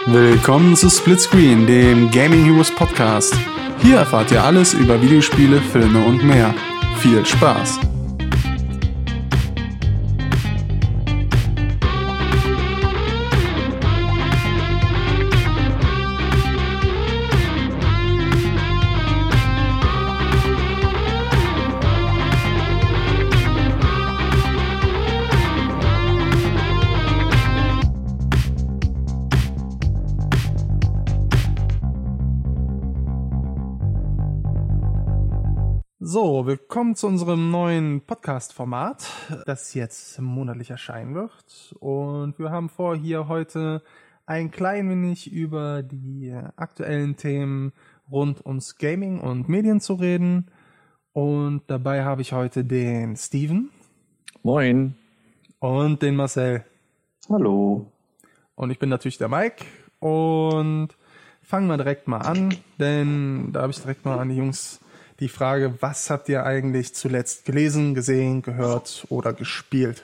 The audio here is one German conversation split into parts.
Willkommen zu Splitscreen, dem Gaming Heroes Podcast. Hier erfahrt ihr alles über Videospiele, Filme und mehr. Viel Spaß! So, willkommen zu unserem neuen Podcast-Format, das jetzt monatlich erscheinen wird. Und wir haben vor, hier heute ein klein wenig über die aktuellen Themen rund ums Gaming und Medien zu reden. Und dabei habe ich heute den Steven. Moin. Und den Marcel. Hallo. Und ich bin natürlich der Mike. Und fangen wir direkt mal an, denn da habe ich direkt mal an die Jungs die Frage: Was habt ihr eigentlich zuletzt gelesen, gesehen, gehört oder gespielt?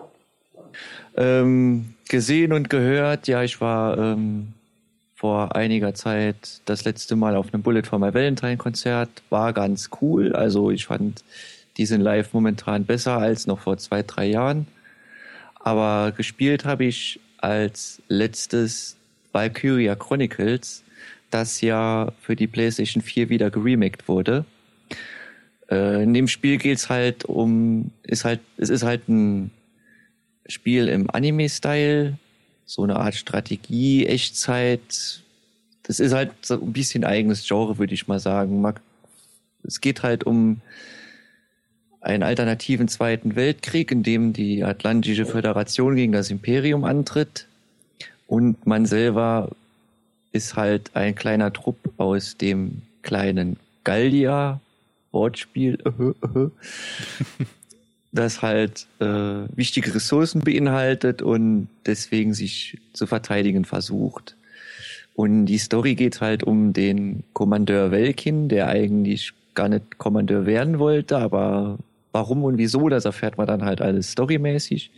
Gesehen und gehört, ja, ich war vor einiger Zeit das letzte Mal auf einem Bullet for My Valentine Konzert, war ganz cool, also ich fand, die sind live momentan besser als noch vor 2-3 Jahren, aber gespielt habe ich als letztes Valkyria Chronicles, das ja für die PlayStation 4 wieder geremaked wurde. In dem Spiel geht's halt es ist halt ein Spiel im Anime-Style, so eine Art Strategie, Echtzeit. Das ist halt so ein bisschen eigenes Genre, würde ich mal sagen. Es geht halt um einen alternativen Zweiten Weltkrieg, in dem die Atlantische Föderation gegen das Imperium antritt. Und man selber ist halt ein kleiner Trupp aus dem kleinen Gallia, Wortspiel, das halt wichtige Ressourcen beinhaltet und deswegen sich zu verteidigen versucht. Und die Story geht halt um den Kommandeur Welkin, der eigentlich gar nicht Kommandeur werden wollte, aber warum und wieso, das erfährt man dann halt alles storymäßig.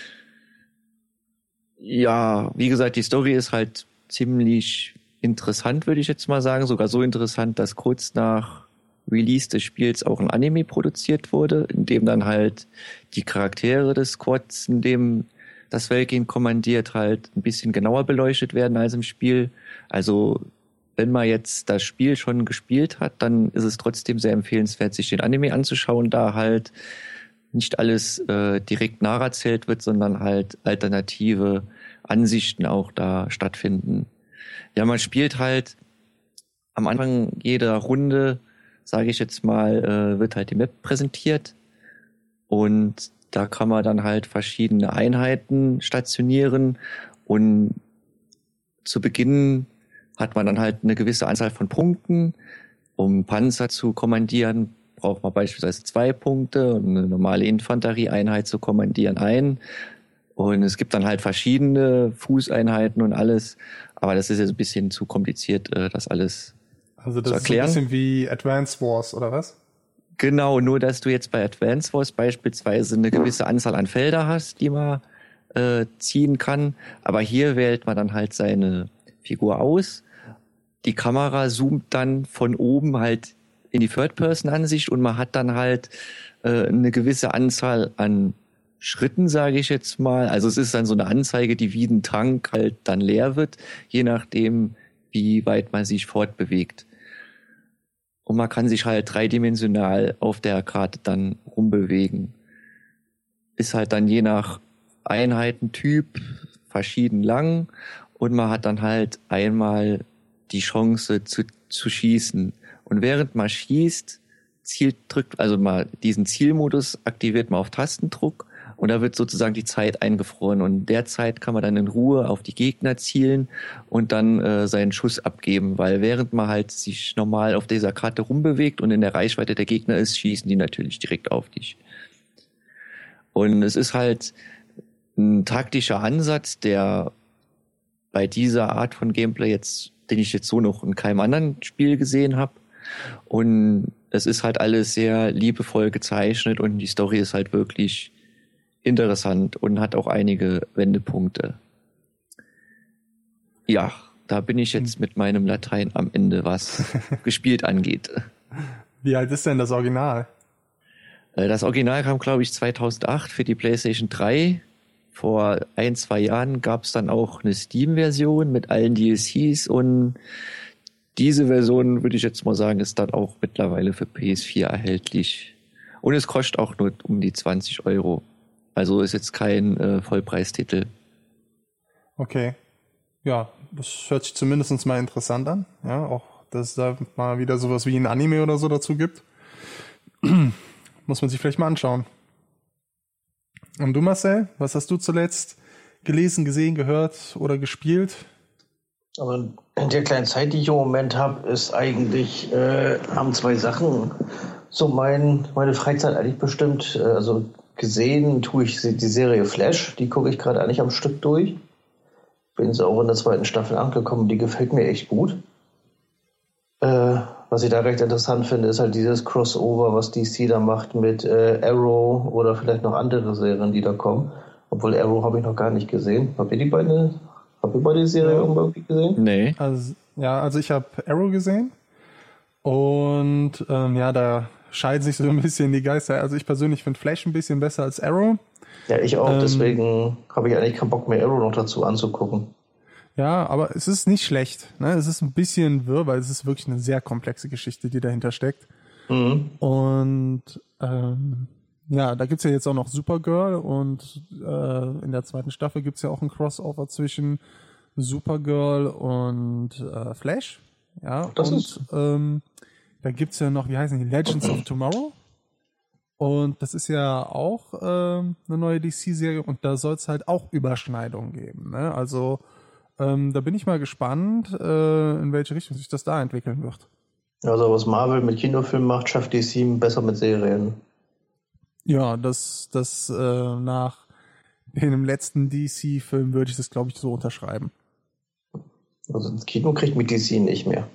Ja, wie gesagt, die Story ist halt ziemlich interessant, würde ich jetzt mal sagen. Sogar so interessant, dass kurz nach Release des Spiels auch ein Anime produziert wurde, in dem dann halt die Charaktere des Squads, in dem das Welkin kommandiert, halt ein bisschen genauer beleuchtet werden als im Spiel. Also wenn man jetzt das Spiel schon gespielt hat, dann ist es trotzdem sehr empfehlenswert, sich den Anime anzuschauen, da halt nicht alles direkt nacherzählt wird, sondern halt alternative Ansichten auch da stattfinden. Ja, man spielt halt am Anfang jeder Runde, sage ich jetzt mal, wird halt die Map präsentiert und da kann man dann halt verschiedene Einheiten stationieren und zu Beginn hat man dann halt eine gewisse Anzahl von Punkten. Um Panzer zu kommandieren, braucht man beispielsweise 2 Punkte und eine normale Infanterieeinheit zu kommandieren 1. Und es gibt dann halt verschiedene Fußeinheiten und alles, aber das ist jetzt ein bisschen zu kompliziert, das alles also das zu erklären. Ist so ein bisschen wie Advance Wars, oder was? Genau, nur dass du jetzt bei Advance Wars beispielsweise eine gewisse Anzahl an Felder hast, die man ziehen kann. Aber hier wählt man dann halt seine Figur aus. Die Kamera zoomt dann von oben halt in die Third-Person-Ansicht und man hat dann halt eine gewisse Anzahl an Schritten, sage ich jetzt mal. Also es ist dann so eine Anzeige, die wie ein Tank halt dann leer wird, je nachdem, wie weit man sich fortbewegt. Und man kann sich halt dreidimensional auf der Karte dann rumbewegen. Ist halt dann je nach Einheitentyp verschieden lang und man hat dann halt einmal die Chance zu schießen. Und während man schießt, diesen Zielmodus aktiviert man auf Tastendruck und da wird sozusagen die Zeit eingefroren und derzeit kann man dann in Ruhe auf die Gegner zielen und dann seinen Schuss abgeben, weil während man halt sich normal auf dieser Karte rumbewegt und in der Reichweite der Gegner ist, schießen die natürlich direkt auf dich. Und es ist halt ein taktischer Ansatz, der bei dieser Art von Gameplay den ich jetzt so noch in keinem anderen Spiel gesehen habe. Und es ist halt alles sehr liebevoll gezeichnet und die Story ist halt wirklich interessant und hat auch einige Wendepunkte. Ja, da bin ich jetzt mit meinem Latein am Ende, was gespielt angeht. Wie alt ist denn das Original? Das Original kam, glaube ich, 2008 für die PlayStation 3. Vor 1-2 Jahren gab es dann auch eine Steam-Version mit allen DLCs und diese Version, würde ich jetzt mal sagen, ist dann auch mittlerweile für PS4 erhältlich. Und es kostet auch nur um die 20 Euro. Also ist jetzt kein Vollpreistitel. Okay. Ja, das hört sich zumindest mal interessant an. Ja, auch, dass es da mal wieder sowas wie ein Anime oder so dazu gibt. Muss man sich vielleicht mal anschauen. Und du, Marcel, was hast du zuletzt gelesen, gesehen, gehört oder gespielt? Aber in der kleinen Zeit, die ich im Moment habe, ist eigentlich, haben zwei Sachen so meine Freizeit eigentlich bestimmt. Also gesehen tue ich die Serie Flash, die gucke ich gerade eigentlich am Stück durch. Bin jetzt auch in der 2. Staffel angekommen, die gefällt mir echt gut. Was ich da recht interessant finde, ist halt dieses Crossover, was DC da macht mit Arrow oder vielleicht noch andere Serien, die da kommen. Obwohl Arrow habe ich noch gar nicht gesehen. Habt ihr beide die Serie irgendwie gesehen? Nee. Also ich habe Arrow gesehen und da scheiden sich so ein bisschen die Geister. Also ich persönlich finde Flash ein bisschen besser als Arrow. Ja, ich auch. Deswegen habe ich eigentlich keinen Bock mehr, Arrow noch dazu anzugucken. Ja, aber es ist nicht schlecht. Ne? Es ist ein bisschen wirr, weil es ist wirklich eine sehr komplexe Geschichte, die dahinter steckt. Mhm. Und da gibt's ja jetzt auch noch Supergirl und in der 2. Staffel gibt's ja auch ein Crossover zwischen Supergirl und Flash. Ja, da gibt's ja noch, wie heißen die, Legends of Tomorrow. Und das ist ja auch eine neue DC-Serie und da soll es halt auch Überschneidungen geben. Ne? Also da bin ich mal gespannt, in welche Richtung sich das da entwickeln wird. Also was Marvel mit Kinofilmen macht, schafft DC besser mit Serien. Ja, das nach dem letzten DC-Film würde ich das, glaube ich, so unterschreiben. Also ins Kino kriegt mit DC nicht mehr.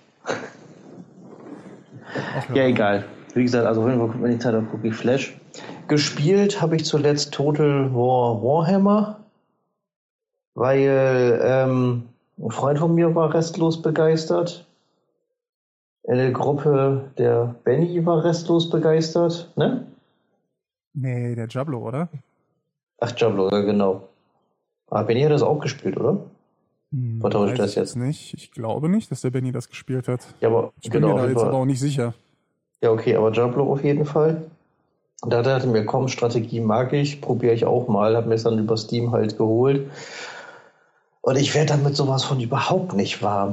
Ach, ja, egal. Wie gesagt, also wenn ich Zeit habe, gucke ich Flash. Gespielt habe ich zuletzt Total War Warhammer, weil ein Freund von mir war restlos begeistert. Eine Gruppe, der Benny war restlos begeistert, ne? Nee, der Diablo, oder? Ach, Diablo, ja, genau. Aber Benny hat das auch gespielt, oder? Vertausche ich das jetzt? Nicht. Ich glaube nicht, dass der Benny das gespielt hat. Ja, aber ich bin mir da jetzt aber auch nicht sicher. Ja, okay, aber Diablo auf jeden Fall. Und da dachte ich mir, komm, Strategie mag ich, probiere ich auch mal, habe mir es dann über Steam halt geholt. Und ich werde damit sowas von überhaupt nicht warm.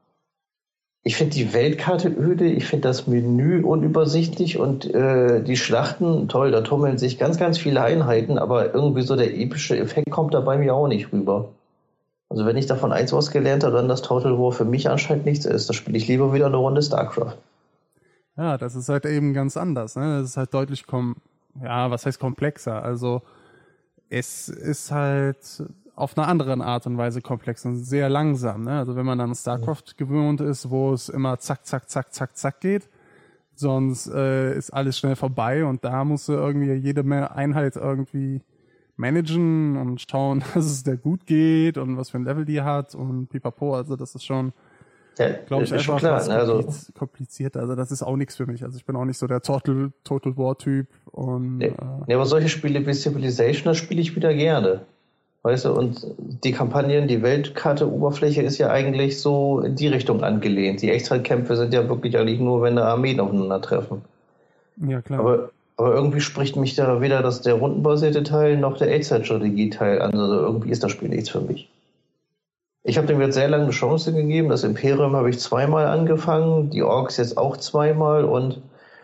Ich finde die Weltkarte öde, ich finde das Menü unübersichtlich und die Schlachten, toll, da tummeln sich ganz, ganz viele Einheiten, aber irgendwie so der epische Effekt kommt da bei mir auch nicht rüber. Also wenn ich davon eins was gelernt habe, dann dass Total War für mich anscheinend nichts ist. Da spiele ich lieber wieder eine Runde StarCraft. Ja, das ist halt eben ganz anders. Ne? Das ist halt deutlich was heißt komplexer? Also es ist halt auf eine andere Art und Weise komplex und sehr langsam. Ne? Also wenn man an StarCraft gewöhnt ist, wo es immer zack, zack, zack, zack, zack geht, sonst ist alles schnell vorbei und da musst du irgendwie jede Einheit irgendwie managen und schauen, dass es der gut geht und was für ein Level die hat und pipapo. Also das ist schon, glaube ich, einfach was kompliziert. Also das ist auch nichts für mich. Also ich bin auch nicht so der Total War Typ. Und, aber solche Spiele wie Civilization, das spiele ich wieder gerne. Weißt du, und die Kampagnen, die Weltkarte, Oberfläche ist ja eigentlich so in die Richtung angelehnt. Die Echtzeitkämpfe sind ja wirklich eigentlich nur, wenn da Armeen aufeinandertreffen. Ja, klar. Aber irgendwie spricht mich da weder der rundenbasierte Teil noch der Echtzeitstrategie-Teil an. Also irgendwie ist das Spiel nichts für mich. Ich habe dem jetzt sehr lange eine Chance gegeben. Das Imperium habe ich 2-mal angefangen, die Orks jetzt auch 2-mal und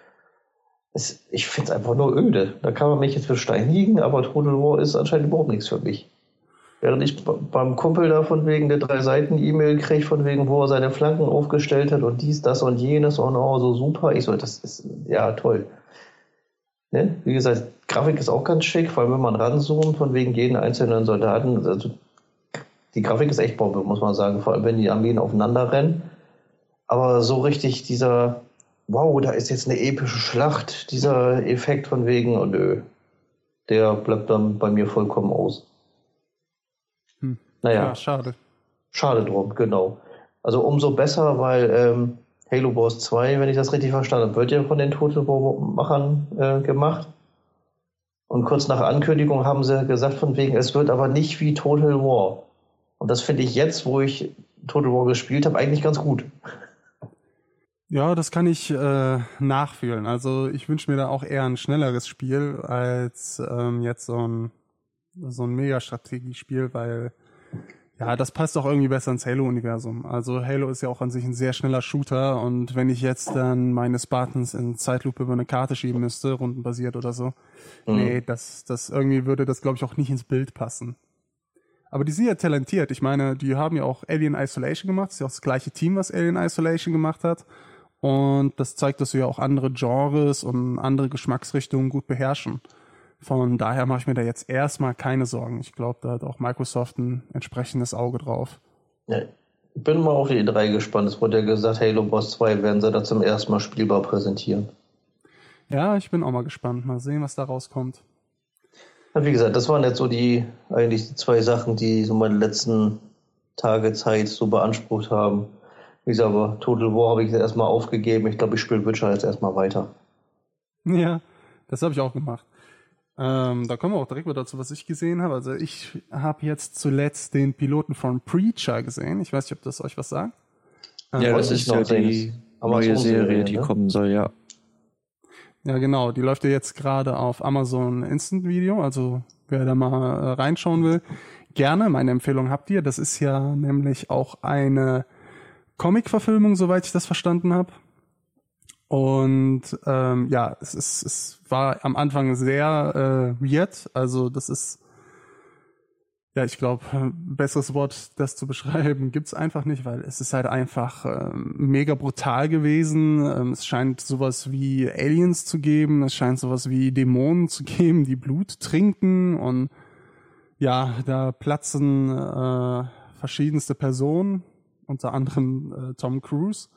ich finde es einfach nur öde. Da kann man mich jetzt für Stein liegen, aber Total War ist anscheinend überhaupt nichts für mich. Während ich beim Kumpel da von wegen der 3-Seiten-E-Mail kriege, von wegen, wo er seine Flanken aufgestellt hat und dies, das und jenes und oh, so super. Ich so, das ist ja toll. Ne? Wie gesagt, Grafik ist auch ganz schick, vor allem wenn man ranzoomt, von wegen jeden einzelnen Soldaten. Also, die Grafik ist echt Bombe, muss man sagen, vor allem wenn die Armeen aufeinander rennen. Aber so richtig dieser, wow, da ist jetzt eine epische Schlacht, dieser Effekt von wegen, oh nö, der bleibt dann bei mir vollkommen aus. Naja. Ja, schade. Schade drum, genau. Also umso besser, weil Halo Wars 2, wenn ich das richtig verstanden habe, wird ja von den Total War-Machern gemacht. Und kurz nach Ankündigung haben sie gesagt, von wegen, es wird aber nicht wie Total War. Und das finde ich jetzt, wo ich Total War gespielt habe, eigentlich ganz gut. Ja, das kann ich nachfühlen. Also ich wünsche mir da auch eher ein schnelleres Spiel als jetzt so ein Mega-Strategiespiel, weil ja, das passt auch irgendwie besser ins Halo-Universum. Also Halo ist ja auch an sich ein sehr schneller Shooter und wenn ich jetzt dann meine Spartans in Zeitlupe über eine Karte schieben müsste, rundenbasiert oder so, nee, das irgendwie würde das, glaube ich, auch nicht ins Bild passen. Aber die sind ja talentiert. Ich meine, die haben ja auch Alien Isolation gemacht. Das ist ja auch das gleiche Team, was Alien Isolation gemacht hat. Und das zeigt, dass sie ja auch andere Genres und andere Geschmacksrichtungen gut beherrschen. Von daher mache ich mir da jetzt erstmal keine Sorgen. Ich glaube, da hat auch Microsoft ein entsprechendes Auge drauf. Ja, ich bin mal auf die E3 gespannt. Es wurde ja gesagt, Halo Wars 2 werden sie da zum ersten Mal spielbar präsentieren. Ja, ich bin auch mal gespannt. Mal sehen, was da rauskommt. Ja, wie gesagt, das waren jetzt so eigentlich die zwei Sachen, die so meine letzten Tage Zeit so beansprucht haben. Wie gesagt, aber Total War habe ich jetzt erstmal aufgegeben. Ich glaube, ich spiele Witcher jetzt erstmal weiter. Ja, das habe ich auch gemacht. Da kommen wir auch direkt wieder dazu, was ich gesehen habe. Also ich habe jetzt zuletzt den Piloten von Preacher gesehen. Ich weiß nicht, ob das euch was sagt. Ja, das ist ja die neue Serie, die kommen soll, ja. Ja, genau. Die läuft ja jetzt gerade auf Amazon Instant Video. Also wer da mal reinschauen will, gerne. Meine Empfehlung habt ihr. Das ist ja nämlich auch eine Comic-Verfilmung, soweit ich das verstanden habe. Und ja, es war am Anfang sehr weird. Also das ist, ja, ich glaube, ein besseres Wort, das zu beschreiben, gibt's einfach nicht, weil es ist halt einfach mega brutal gewesen. Es scheint sowas wie Aliens zu geben. Es scheint sowas wie Dämonen zu geben, die Blut trinken. Und ja, da platzen verschiedenste Personen, unter anderem Tom Cruise.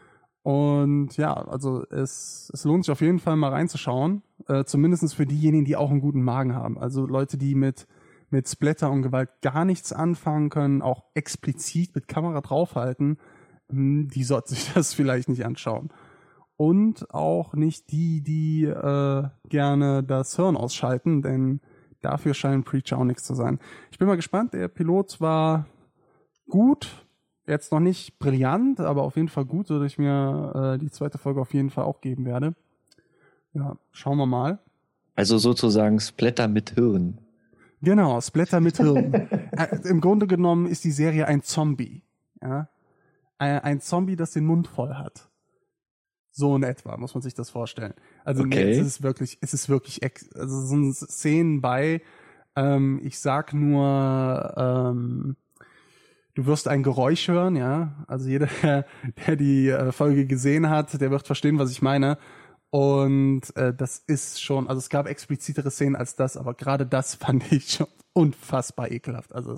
Und ja, also es lohnt sich auf jeden Fall mal reinzuschauen, zumindest für diejenigen, die auch einen guten Magen haben. Also Leute, die mit Splatter und Gewalt gar nichts anfangen können, auch explizit mit Kamera draufhalten, die sollten sich das vielleicht nicht anschauen. Und auch nicht die gerne das Hirn ausschalten, denn dafür scheint Preacher auch nichts zu sein. Ich bin mal gespannt, der Pilot war gut. Jetzt noch nicht brillant, aber auf jeden Fall gut, sodass ich mir die zweite Folge auf jeden Fall auch geben werde. Ja, schauen wir mal. Also sozusagen Splatter mit Hirn. Genau, Splatter mit Hirn. Im Grunde genommen ist die Serie ein Zombie. Ja? Ein Zombie, das den Mund voll hat. So in etwa, muss man sich das vorstellen. Also okay. Nee, es ist wirklich, also so eine Szenen bei, ich sag nur, du wirst ein Geräusch hören, ja. Also jeder, der die Folge gesehen hat, der wird verstehen, was ich meine. Und das ist schon, also es gab explizitere Szenen als das, aber gerade das fand ich schon unfassbar ekelhaft. Also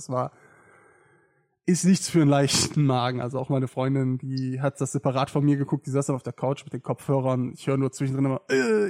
ist nichts für einen leichten Magen. Also auch meine Freundin, die hat das separat von mir geguckt, die saß dann auf der Couch mit den Kopfhörern. Ich höre nur zwischendrin immer,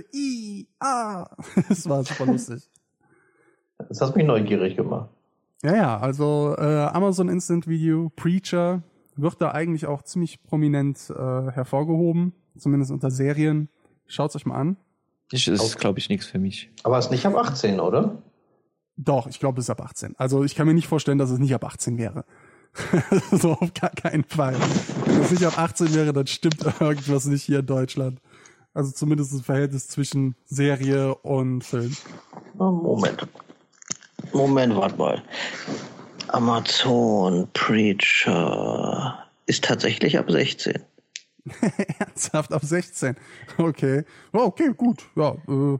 Das war super lustig. Das hat mich neugierig gemacht. Ja, also Amazon Instant Video, Preacher wird da eigentlich auch ziemlich prominent hervorgehoben, zumindest unter Serien. Schaut's euch mal an. Das ist, glaube ich, nichts für mich. Aber es ist nicht ab 18, oder? Doch, ich glaube, es ist ab 18. Also ich kann mir nicht vorstellen, dass es nicht ab 18 wäre. So auf gar keinen Fall. Wenn es nicht ab 18 wäre, dann stimmt irgendwas nicht hier in Deutschland. Also zumindest das Verhältnis zwischen Serie und Film. Moment, warte mal. Amazon Preacher ist tatsächlich ab 16. Ernsthaft ab 16. Okay. Oh, okay, gut. Ja,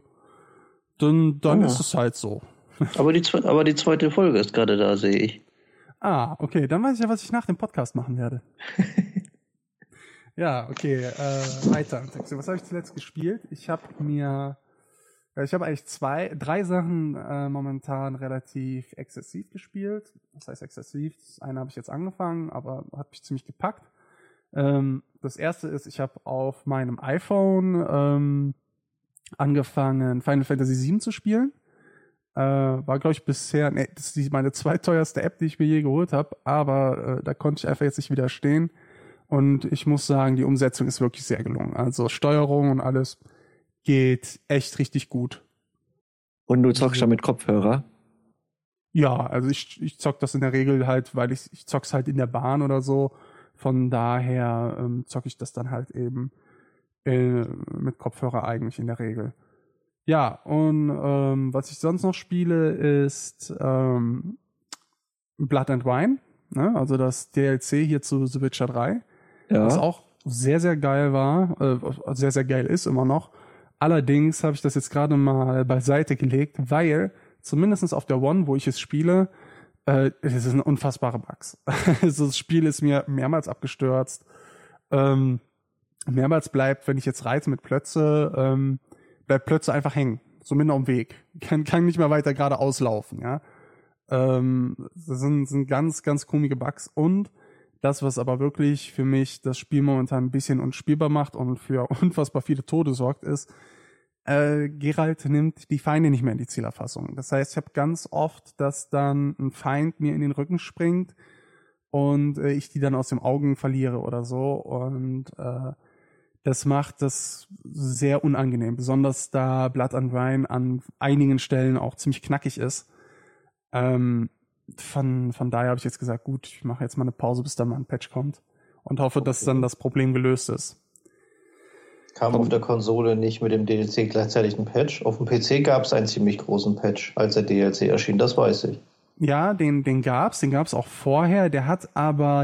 dann ist es halt so. Aber die zweite Folge ist gerade da, sehe ich. Ah, okay. Dann weiß ich ja, was ich nach dem Podcast machen werde. Ja, okay. Weiter. Was habe ich zuletzt gespielt? Ich habe eigentlich 3 Sachen momentan relativ exzessiv gespielt. Das heißt exzessiv. Das eine habe ich jetzt angefangen, aber hat mich ziemlich gepackt. Das erste ist, ich habe auf meinem iPhone angefangen, Final Fantasy VII zu spielen. War, glaube ich, bisher, das ist meine zweiteuerste App, die ich mir je geholt habe, aber da konnte ich einfach jetzt nicht widerstehen. Und ich muss sagen, die Umsetzung ist wirklich sehr gelungen. Also Steuerung und alles geht echt richtig gut. Und du zockst da mit Kopfhörer? Ja, also ich zock das in der Regel halt, weil ich zock's halt in der Bahn oder so. Von daher zocke ich das dann halt eben mit Kopfhörer eigentlich in der Regel. Ja, und was ich sonst noch spiele, ist Blood and Wine, ne? Also das DLC hier zu The Witcher 3, was auch sehr, sehr geil war, sehr, sehr geil ist immer noch. Allerdings habe ich das jetzt gerade mal beiseite gelegt, weil zumindest auf der One, wo ich es spiele, es sind unfassbare Bugs. Also das Spiel ist mir mehrmals abgestürzt. Mehrmals bleibt, wenn ich jetzt reite mit Plötze, bleibt Plötze einfach hängen. So mitten am Weg. Kann nicht mehr weiter geradeaus laufen, ja. Das sind ganz, ganz komische Bugs. Und das, was aber wirklich für mich das Spiel momentan ein bisschen unspielbar macht und für unfassbar viele Tode sorgt, ist, Geralt nimmt die Feinde nicht mehr in die Zielerfassung. Das heißt, ich habe ganz oft, dass dann ein Feind mir in den Rücken springt und ich die dann aus den Augen verliere oder so. Und das macht das sehr unangenehm. Besonders da Blood and Wine an einigen Stellen auch ziemlich knackig ist. Von daher habe ich jetzt gesagt, gut, ich mache jetzt mal eine Pause, bis da mal ein Patch kommt. Und hoffe, dass dann das Problem gelöst ist. Kam auf der Konsole nicht mit dem DLC gleichzeitig ein Patch? Auf dem PC gab es einen ziemlich großen Patch, als der DLC erschien, das weiß ich. Ja, den gab's auch vorher. Der hat aber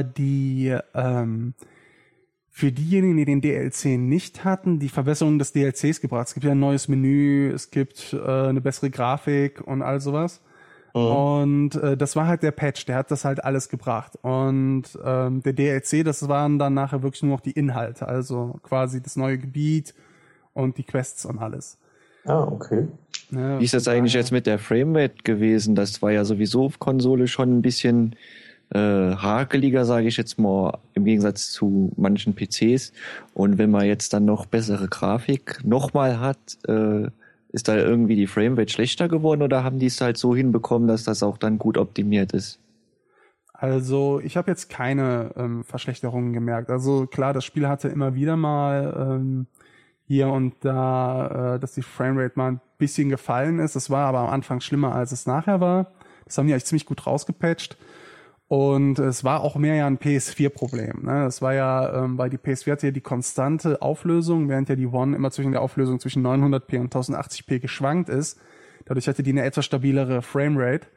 für diejenigen, die den DLC nicht hatten, die Verbesserung des DLCs gebracht. Es gibt ja ein neues Menü, es gibt eine bessere Grafik und all sowas. Und das war halt der Patch, der hat das halt alles gebracht. Und der DLC, das waren dann nachher wirklich nur noch die Inhalte, also quasi das neue Gebiet und die Quests und alles. Ah, okay. Ja, wie ist das eigentlich jetzt mit der Framerate gewesen? Das war ja sowieso auf Konsole schon ein bisschen hakeliger, sage ich jetzt mal, im Gegensatz zu manchen PCs. Und wenn man jetzt dann noch bessere Grafik nochmal hat, ist da irgendwie die Framerate schlechter geworden oder haben die es halt so hinbekommen, dass das auch dann gut optimiert ist? Also ich habe jetzt keine Verschlechterungen gemerkt. Also klar, das Spiel hatte immer wieder mal hier und da, dass die Framerate mal ein bisschen gefallen ist. Das war aber am Anfang schlimmer, als es nachher war. Das haben die eigentlich ziemlich gut rausgepatcht. Und es war auch mehr ja ein PS4-Problem. Ne? Das war ja, weil die PS4 hatte ja die konstante Auflösung, während ja die One immer zwischen der Auflösung zwischen 900p und 1080p geschwankt ist. Dadurch hatte die eine etwas stabilere Framerate.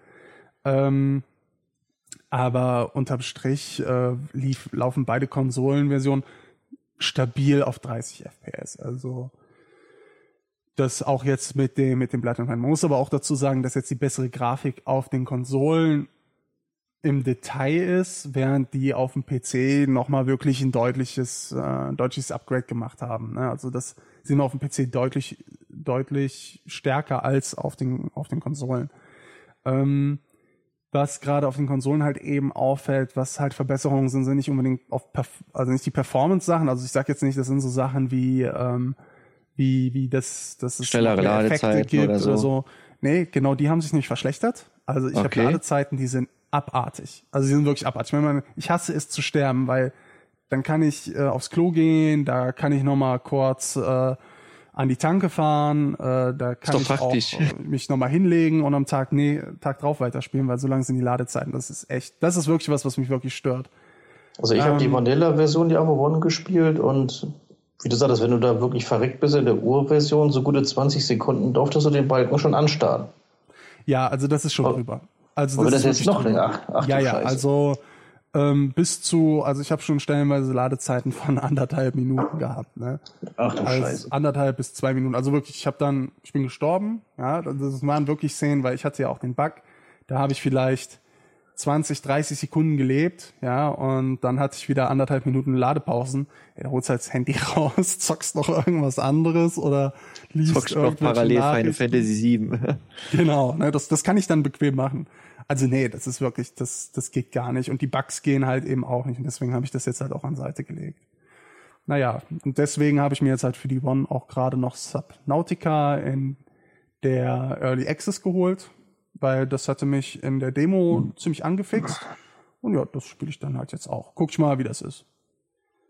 Aber unterm Strich laufen beide Konsolenversionen stabil auf 30 FPS. Also das auch jetzt mit dem Blood and Wine. Man muss aber auch dazu sagen, dass jetzt die bessere Grafik auf den Konsolen im Detail ist, während die auf dem PC nochmal wirklich ein deutliches Upgrade gemacht haben. Ne? Also das sind auf dem PC deutlich stärker als auf den Konsolen. Was gerade auf den Konsolen halt eben auffällt, was halt Verbesserungen sind nicht unbedingt also nicht die Performance-Sachen. Also ich sage jetzt nicht, das sind so Sachen wie dass es schnellere Ladezeiten gibt oder so. Nee, genau, die haben sich nicht verschlechtert. Also ich habe Ladezeiten, die sind abartig. Also die sind wirklich abartig. Ich hasse es zu sterben, weil dann kann ich aufs Klo gehen, da kann ich nochmal kurz an die Tanke fahren, da kann ich auch mich nochmal hinlegen und am Tag drauf weiterspielen, weil so lang sind die Ladezeiten. Das ist wirklich was mich wirklich stört. Also ich habe die Vanilla-Version, die Abo One gespielt und wie du sagtest, wenn du da wirklich verreckt bist in der Urversion, so gute 20 Sekunden durftest du den Balken schon anstarren. Ja, also das ist schon drüber. Also das ist noch länger. Ach, ja, also also ich habe schon stellenweise Ladezeiten von 1,5 Minuten gehabt, ne? Ach du Scheiße. 1,5 bis 2 Minuten. Also wirklich, ich bin gestorben, ja, das waren wirklich Szenen, weil ich hatte ja auch den Bug, da habe ich vielleicht 20, 30 Sekunden gelebt, ja, und dann hatte ich wieder 1,5 Minuten Ladepausen. Ja, da holst halt das Handy raus, zockst noch irgendwas anderes oder liest zockst noch parallel Final Fantasy 7. Genau, ne, das kann ich dann bequem machen. Also nee, das ist wirklich, das geht gar nicht. Und die Bugs gehen halt eben auch nicht. Und deswegen habe ich das jetzt halt auch an Seite gelegt. Naja, und deswegen habe ich mir jetzt halt für die One auch gerade noch Subnautica in der Early Access geholt, weil das hatte mich in der Demo ziemlich angefixt. Und ja, das spiele ich dann halt jetzt auch. Guck ich mal, wie das ist.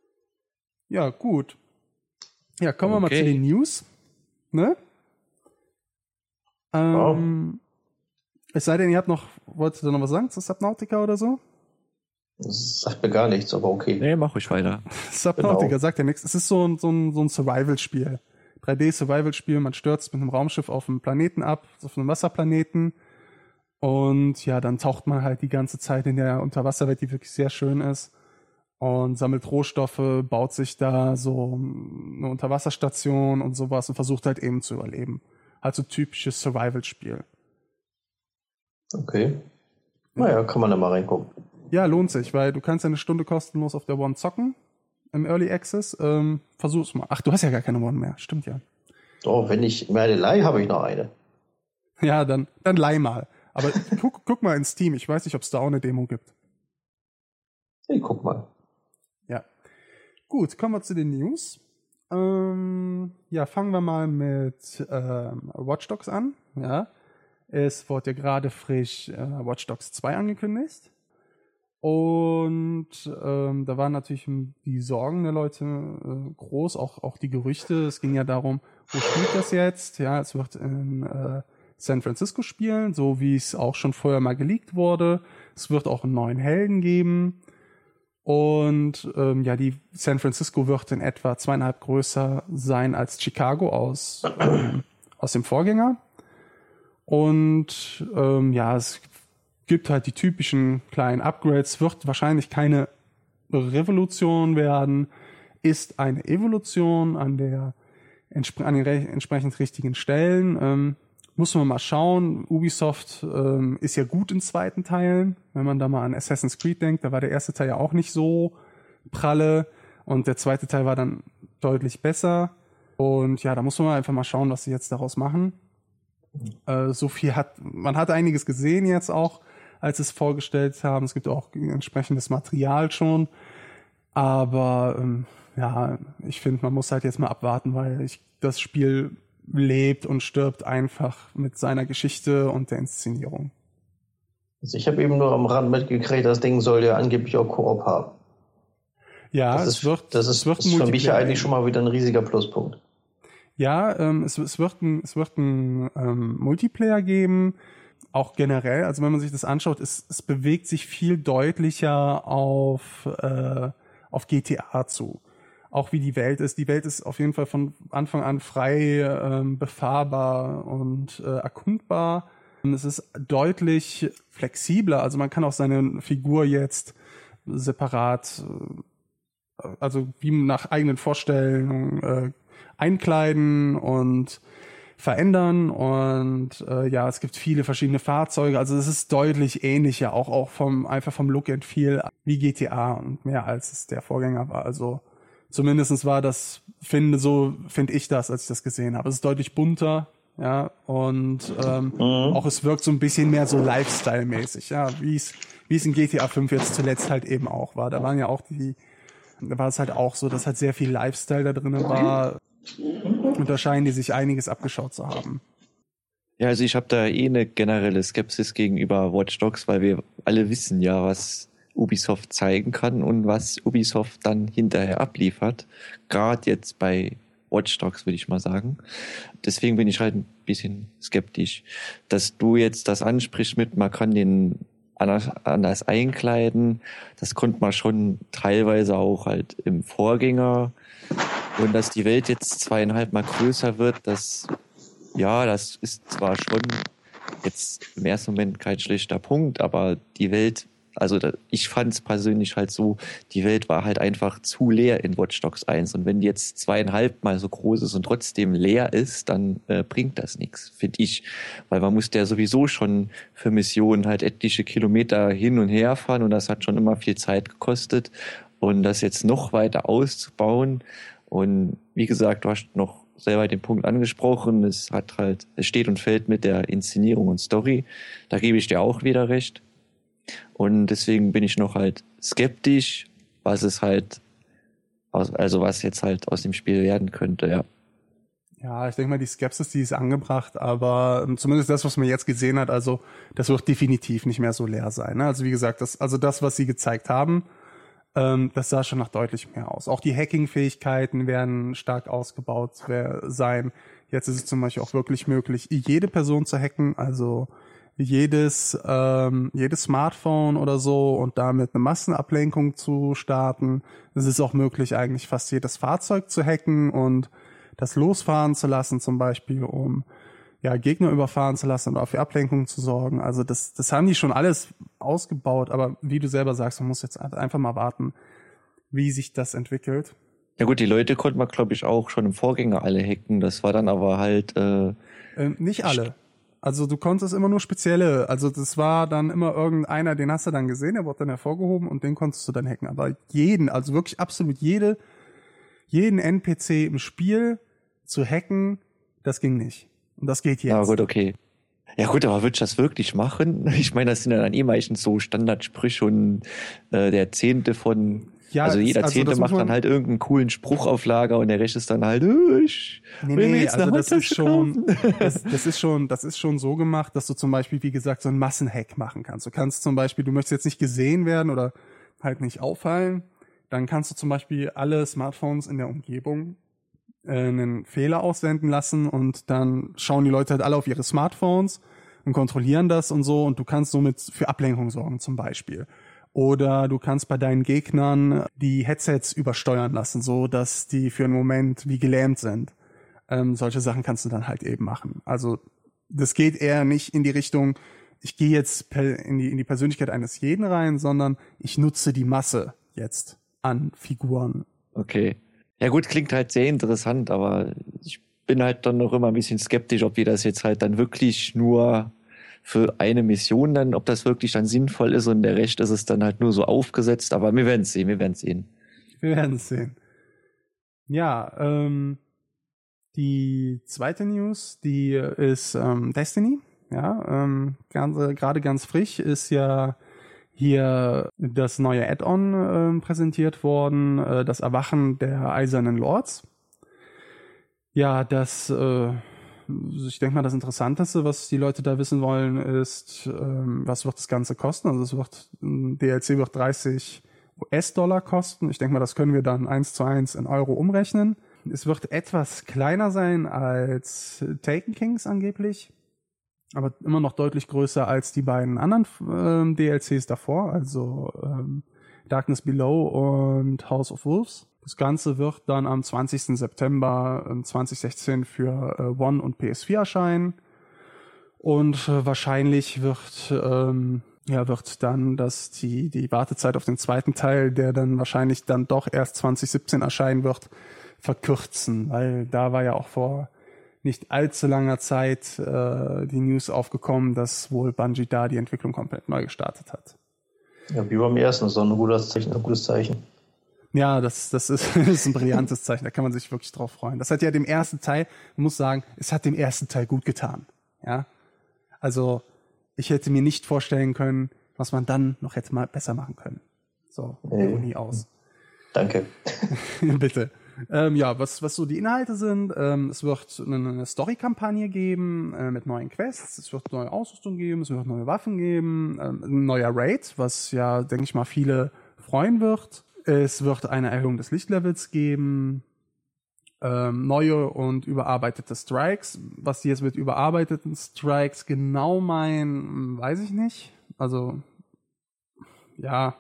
Ja, gut. Ja, kommen wir mal zu den News. Ne? Es sei denn, wolltet ihr noch was sagen zu Subnautica oder so? Das sagt mir gar nichts, aber okay. Nee, mach ruhig weiter. Subnautica sagt ja nichts. Es ist so ein Survival-Spiel. 3D-Survival-Spiel. Man stürzt mit einem Raumschiff auf einem Planeten ab, auf einem Wasserplaneten. Und ja, dann taucht man halt die ganze Zeit in der Unterwasserwelt, die wirklich sehr schön ist. Und sammelt Rohstoffe, baut sich da so eine Unterwasserstation und sowas und versucht halt eben zu überleben. Halt so typisches Survival-Spiel. Okay. Naja, kann man da mal reingucken. Ja, lohnt sich, weil du kannst ja eine Stunde kostenlos auf der One zocken im Early Access. Versuch's mal. Ach, du hast ja gar keine One mehr. Stimmt ja. Doch, wenn ich mir eine leihe, habe ich noch eine. Ja, dann leih mal. Aber guck mal in Steam. Ich weiß nicht, ob es da auch eine Demo gibt. Hey, guck mal. Ja. Gut, kommen wir zu den News. Ja, fangen wir mal mit Watch Dogs an. Ja. Es wurde ja gerade frisch Watch Dogs 2 angekündigt. Und da waren natürlich die Sorgen der Leute groß, auch die Gerüchte. Es ging ja darum, wo spielt das jetzt? Ja, es wird in San Francisco spielen, so wie es auch schon vorher mal geleakt wurde. Es wird auch einen neuen Helden geben. Und ja, die San Francisco wird in etwa 2,5 größer sein als Chicago aus dem Vorgänger. Und ja, es gibt halt die typischen kleinen Upgrades, wird wahrscheinlich keine Revolution werden, ist eine Evolution an den entsprechend richtigen Stellen. Muss man mal schauen. Ubisoft ist ja gut in zweiten Teilen. Wenn man da mal an Assassin's Creed denkt, da war der erste Teil ja auch nicht so pralle und der zweite Teil war dann deutlich besser. Und ja, da muss man einfach mal schauen, was sie jetzt daraus machen. Man hat einiges gesehen jetzt auch, als es vorgestellt haben. Es gibt auch entsprechendes Material schon. Aber ja, ich finde, man muss halt jetzt mal abwarten, weil das Spiel lebt und stirbt einfach mit seiner Geschichte und der Inszenierung. Also ich habe eben nur am Rand mitgekriegt, das Ding soll ja angeblich auch Koop haben. Ja, das ist für mich ja eigentlich schon mal wieder ein riesiger Pluspunkt. Ja, es wird ein Multiplayer geben, auch generell. Also wenn man sich das anschaut, es bewegt sich viel deutlicher auf GTA zu. Auch wie die Welt ist. Die Welt ist auf jeden Fall von Anfang an frei befahrbar und erkundbar. Und es ist deutlich flexibler. Also man kann auch seine Figur jetzt separat, also wie nach eigenen Vorstellungen einkleiden und verändern. Und ja, es gibt viele verschiedene Fahrzeuge. Also es ist deutlich ähnlicher, auch einfach vom Look and Feel wie GTA und mehr als es der Vorgänger war. Also zumindest war das, finde ich das, als ich das gesehen habe. Es ist deutlich bunter, ja, und auch es wirkt so ein bisschen mehr so Lifestyle-mäßig, ja, wie es in GTA 5 jetzt zuletzt halt eben auch war. Da war es halt auch so, dass halt sehr viel Lifestyle da drin war. Und da scheinen die sich einiges abgeschaut zu haben. Ja, also ich habe da eine generelle Skepsis gegenüber Watch Dogs, weil wir alle wissen ja, was Ubisoft zeigen kann und was Ubisoft dann hinterher abliefert. Gerade jetzt bei Watch Dogs, würde ich mal sagen. Deswegen bin ich halt ein bisschen skeptisch, dass du jetzt das ansprichst man kann den anders einkleiden. Das konnte man schon teilweise auch halt im Vorgänger. Und dass die Welt jetzt 2,5 Mal größer wird, das ist zwar schon jetzt im ersten Moment kein schlechter Punkt, aber die Welt, ich fand es persönlich halt so, die Welt war halt einfach zu leer in Watch Dogs 1. Und wenn die jetzt 2,5 Mal so groß ist und trotzdem leer ist, dann bringt das nichts, finde ich. Weil man musste ja sowieso schon für Missionen halt etliche Kilometer hin und her fahren und das hat schon immer viel Zeit gekostet. Und das jetzt noch weiter auszubauen, und wie gesagt, du hast noch selber den Punkt angesprochen, es steht und fällt mit der Inszenierung und Story. Da gebe ich dir auch wieder recht. Und deswegen bin ich noch halt skeptisch, was jetzt halt aus dem Spiel werden könnte, ja. Ja, ich denke mal, die Skepsis, die ist angebracht, aber zumindest das, was man jetzt gesehen hat, also das wird definitiv nicht mehr so leer sein. Ne? Also wie gesagt, das, was sie gezeigt haben, Das sah schon nach deutlich mehr aus. Auch die Hacking-Fähigkeiten werden stark ausgebaut sein. Jetzt ist es zum Beispiel auch wirklich möglich, jede Person zu hacken, also jedes Smartphone oder so und damit eine Massenablenkung zu starten. Es ist auch möglich, eigentlich fast jedes Fahrzeug zu hacken und das losfahren zu lassen, zum Beispiel, um Gegner überfahren zu lassen oder für Ablenkung zu sorgen. Also das haben die schon alles ausgebaut, aber wie du selber sagst, man muss jetzt einfach mal warten, wie sich das entwickelt. Ja gut, die Leute konnten wir, glaube ich, auch schon im Vorgänger alle hacken. Das war dann aber halt... nicht alle. Also du konntest immer nur spezielle, also das war dann immer irgendeiner, den hast du dann gesehen, der wurde dann hervorgehoben und den konntest du dann hacken. Aber also wirklich absolut jeden NPC im Spiel zu hacken, das ging nicht. Und das geht jetzt. Ja gut, okay. Ja gut, aber würde ich das wirklich machen? Ich meine, das sind ja dann meistens so Standardsprüche und der Zehnte von... Ja, also jeder Zehnte macht dann halt irgendeinen coolen Spruch auf Lager und der Rest ist dann halt, ich will mir jetzt eine Handtasche kaufen. Das ist schon so gemacht, dass du zum Beispiel, wie gesagt, so einen Massenhack machen kannst. Du kannst zum Beispiel, du möchtest jetzt nicht gesehen werden oder halt nicht auffallen, dann kannst du zum Beispiel alle Smartphones in der Umgebung einen Fehler aussenden lassen und dann schauen die Leute halt alle auf ihre Smartphones und kontrollieren das und so und du kannst somit für Ablenkung sorgen zum Beispiel. Oder du kannst bei deinen Gegnern die Headsets übersteuern lassen, so dass die für einen Moment wie gelähmt sind. Solche Sachen kannst du dann halt eben machen. Also das geht eher nicht in die Richtung, ich gehe jetzt in die Persönlichkeit eines jeden rein, sondern ich nutze die Masse jetzt an Figuren. Okay. Ja gut, klingt halt sehr interessant, aber ich bin halt dann noch immer ein bisschen skeptisch, ob die das jetzt halt dann wirklich nur für eine Mission dann, ob das wirklich dann sinnvoll ist und der Rest ist es dann halt nur so aufgesetzt, aber wir werden es sehen. Wir werden es sehen. Ja, die zweite News, die ist Destiny. Ja, gerade ganz frisch ist ja hier das neue Add-on präsentiert worden, das Erwachen der Eisernen Lords. Ja, ich denke mal, das Interessanteste, was die Leute da wissen wollen, ist, was wird das Ganze kosten? Also DLC wird $30 kosten. Ich denke mal, das können wir dann 1:1 in Euro umrechnen. Es wird etwas kleiner sein als Taken Kings angeblich, aber immer noch deutlich größer als die beiden anderen DLCs davor, also Darkness Below und House of Wolves. Das Ganze wird dann am 20. September 2016 für One und PS4 erscheinen. Und wahrscheinlich wird dann die Wartezeit auf den zweiten Teil, der dann wahrscheinlich dann doch erst 2017 erscheinen wird, verkürzen. Weil da war ja auch vor nicht allzu langer Zeit die News aufgekommen, dass wohl Bungie da die Entwicklung komplett neu gestartet hat. Ja, wie beim ersten, das ist doch ein gutes Zeichen. Ja, das ist ein brillantes Zeichen, da kann man sich wirklich drauf freuen. Das hat ja dem ersten Teil, man muss sagen, es hat dem ersten Teil gut getan. Ja, also ich hätte mir nicht vorstellen können, was man dann noch hätte mal besser machen können. So, Ironie aus. Danke. Bitte. Was so die Inhalte sind, es wird eine Story-Kampagne geben mit neuen Quests, es wird neue Ausrüstung geben, es wird neue Waffen geben, ein neuer Raid, was ja, denke ich mal, viele freuen wird. Es wird eine Erhöhung des Lichtlevels geben, neue und überarbeitete Strikes. Was die jetzt mit überarbeiteten Strikes genau meinen, weiß ich nicht. Also, ja,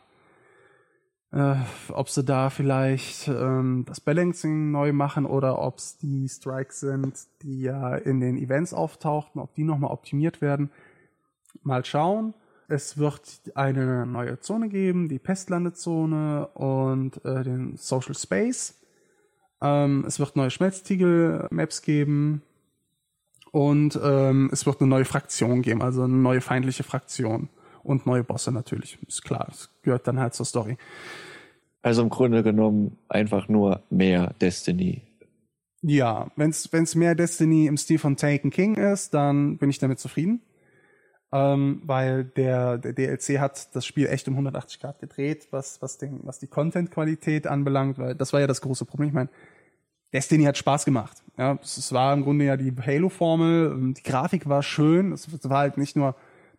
ob sie da vielleicht das Balancing neu machen oder ob es die Strikes sind, die ja in den Events auftauchten, ob die nochmal optimiert werden. Mal schauen. Es wird eine neue Zone geben, die Pestlandezone und den Social Space. Es wird neue Schmelztiegel-Maps geben und es wird eine neue Fraktion geben, also eine neue feindliche Fraktion und neue Bosse natürlich, ist klar, das gehört dann halt zur Story. Also im Grunde genommen einfach nur mehr Destiny. Ja, wenn's mehr Destiny im Stil von Taken King ist, dann bin ich damit zufrieden. Weil der DLC hat das Spiel echt um 180 Grad gedreht, was die Content-Qualität anbelangt, weil das war ja das große Problem. Ich meine, Destiny hat Spaß gemacht. Ja, es war im Grunde ja die Halo-Formel, die Grafik war schön, es war halt nicht nur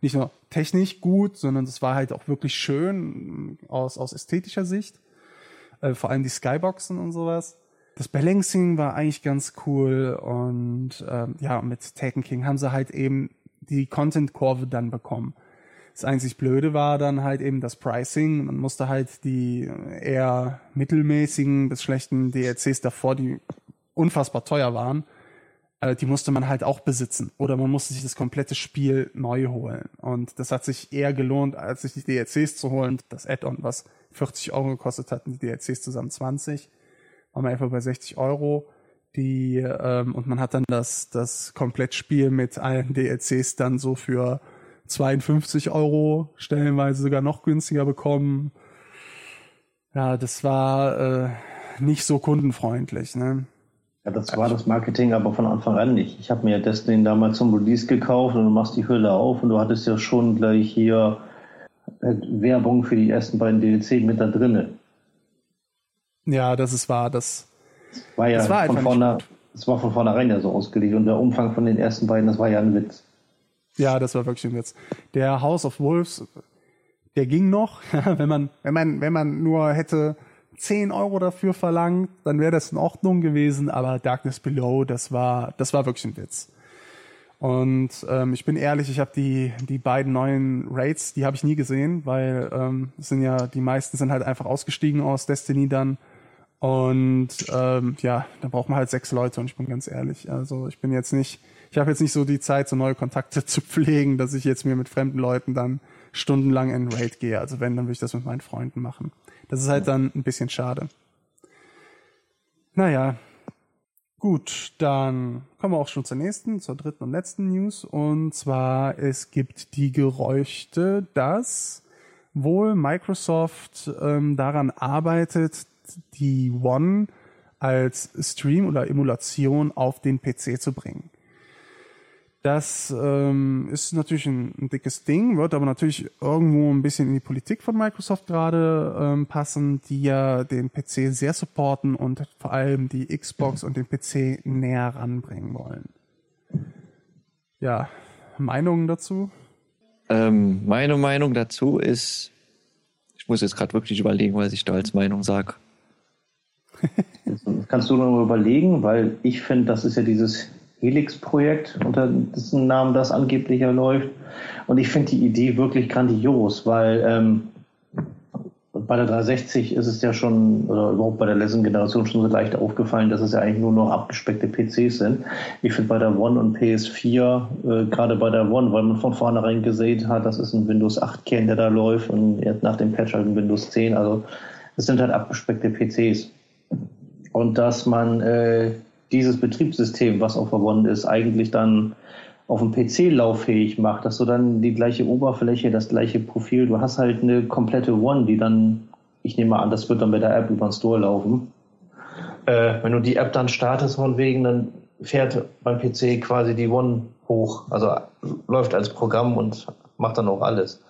technisch gut, sondern es war halt auch wirklich schön aus ästhetischer Sicht. Vor allem die Skyboxen und sowas. Das Balancing war eigentlich ganz cool und mit Taken King haben sie halt eben die Content-Kurve dann bekommen. Das einzig Blöde war dann halt eben das Pricing. Man musste halt die eher mittelmäßigen bis schlechten DLCs davor, die unfassbar teuer waren, die musste man halt auch besitzen. Oder man musste sich das komplette Spiel neu holen. Und das hat sich eher gelohnt, als sich die DLCs zu holen. Das Add-on, was 40 Euro gekostet hat, und die DLCs zusammen 20, waren wir einfach bei 60 Euro. Und man hat dann das Komplettspiel mit allen DLCs dann so für 52 Euro, stellenweise sogar noch günstiger bekommen. Ja, das war nicht so kundenfreundlich, ne? Ja, das war das Marketing aber von Anfang an nicht. Ich habe mir Destiny damals zum Release gekauft und du machst die Hülle auf und du hattest ja schon gleich hier Werbung für die ersten beiden DLC mit da drinne. Ja, das ist wahr. Das war ja das war von vornherein ja so ausgelegt und der Umfang von den ersten beiden, das war ja ein Witz. Ja, das war wirklich ein Witz. Der House of Wolves, der ging noch, wenn man nur hätte 10 Euro dafür verlangt, dann wäre das in Ordnung gewesen, aber Darkness Below, das war wirklich ein Witz. Und ich bin ehrlich, ich habe die beiden neuen Raids, die habe ich nie gesehen, weil die meisten sind halt einfach ausgestiegen aus Destiny dann. Und da braucht man halt 6 Leute und ich bin ganz ehrlich, also ich habe jetzt nicht so die Zeit, so neue Kontakte zu pflegen, dass ich jetzt mir mit fremden Leuten dann stundenlang in Raid gehe. Also wenn, dann will ich das mit meinen Freunden machen. Das ist halt dann ein bisschen schade. Naja, gut, dann kommen wir auch schon zur dritten und letzten News. Und zwar, es gibt die Gerüchte, dass wohl Microsoft daran arbeitet, die One als Stream oder Emulation auf den PC zu bringen. Das ist natürlich ein dickes Ding, wird aber natürlich irgendwo ein bisschen in die Politik von Microsoft gerade passen, die ja den PC sehr supporten und vor allem die Xbox und den PC näher ranbringen wollen. Ja, Meinungen dazu? Meine Meinung dazu ist, ich muss jetzt gerade wirklich überlegen, was ich da als Meinung sage. Kannst du noch überlegen, weil ich finde, das ist ja dieses Helix-Projekt, unter dessen Namen das angeblich ja läuft. Und ich finde die Idee wirklich grandios, weil bei der 360 ist es ja schon, oder überhaupt bei der letzten-Generation schon so leicht aufgefallen, dass es ja eigentlich nur noch abgespeckte PCs sind. Ich finde bei der One und PS4, gerade bei der One, weil man von vornherein gesehen hat, das ist ein Windows 8-Kern, der da läuft und jetzt nach dem Patch halt ein Windows 10. Also es sind halt abgespeckte PCs. Und dass man dieses Betriebssystem, was auch verbunden ist, eigentlich dann auf dem PC lauffähig macht, dass du dann die gleiche Oberfläche, das gleiche Profil, du hast halt eine komplette One, die dann, ich nehme an, das wird dann mit der App über den Store laufen. Wenn du die App dann startest von wegen, dann fährt beim PC quasi die One hoch, also läuft als Programm und macht dann auch alles.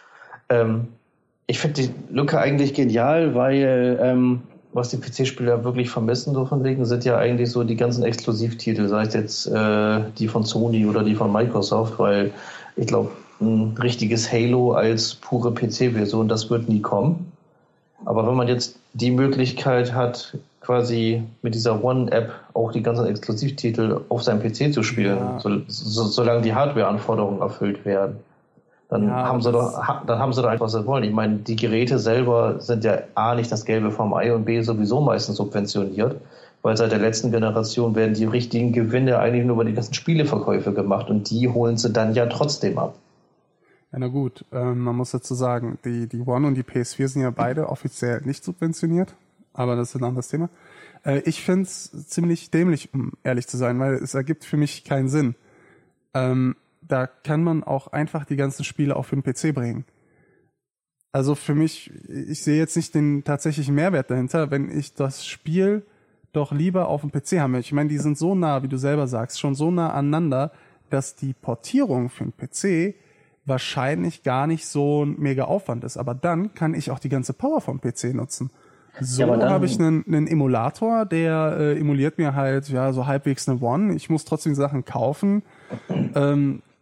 Ich finde die Lücke eigentlich genial, weil was die PC-Spieler wirklich vermissen, so von wegen, sind ja eigentlich so die ganzen Exklusivtitel, sei es jetzt die von Sony oder die von Microsoft, weil ich glaube, ein richtiges Halo als pure PC-Version, das wird nie kommen. Aber wenn man jetzt die Möglichkeit hat, quasi mit dieser One-App auch die ganzen Exklusivtitel auf seinem PC zu spielen, ja, solange die Hardware-Anforderungen erfüllt werden, dann haben sie doch einfach, was sie wollen. Ich meine, die Geräte selber sind ja A, nicht das Gelbe vom Ei und B, sowieso meistens subventioniert, weil seit der letzten Generation werden die richtigen Gewinne eigentlich nur über die ganzen Spieleverkäufe gemacht und die holen sie dann ja trotzdem ab. Ja, na gut, man muss dazu sagen, die One und die PS4 sind ja beide offiziell nicht subventioniert, aber das ist ein anderes Thema. Ich finde es ziemlich dämlich, um ehrlich zu sein, weil es ergibt für mich keinen Sinn. Da kann man auch einfach die ganzen Spiele auch für den PC bringen. Also für mich, ich sehe jetzt nicht den tatsächlichen Mehrwert dahinter, wenn ich das Spiel doch lieber auf dem PC habe. Ich meine, die sind so nah, wie du selber sagst, schon so nah aneinander, dass die Portierung für den PC wahrscheinlich gar nicht so ein mega Aufwand ist. Aber dann kann ich auch die ganze Power vom PC nutzen. So ja, habe ich einen Emulator, der emuliert mir halt so halbwegs eine One. Ich muss trotzdem Sachen kaufen.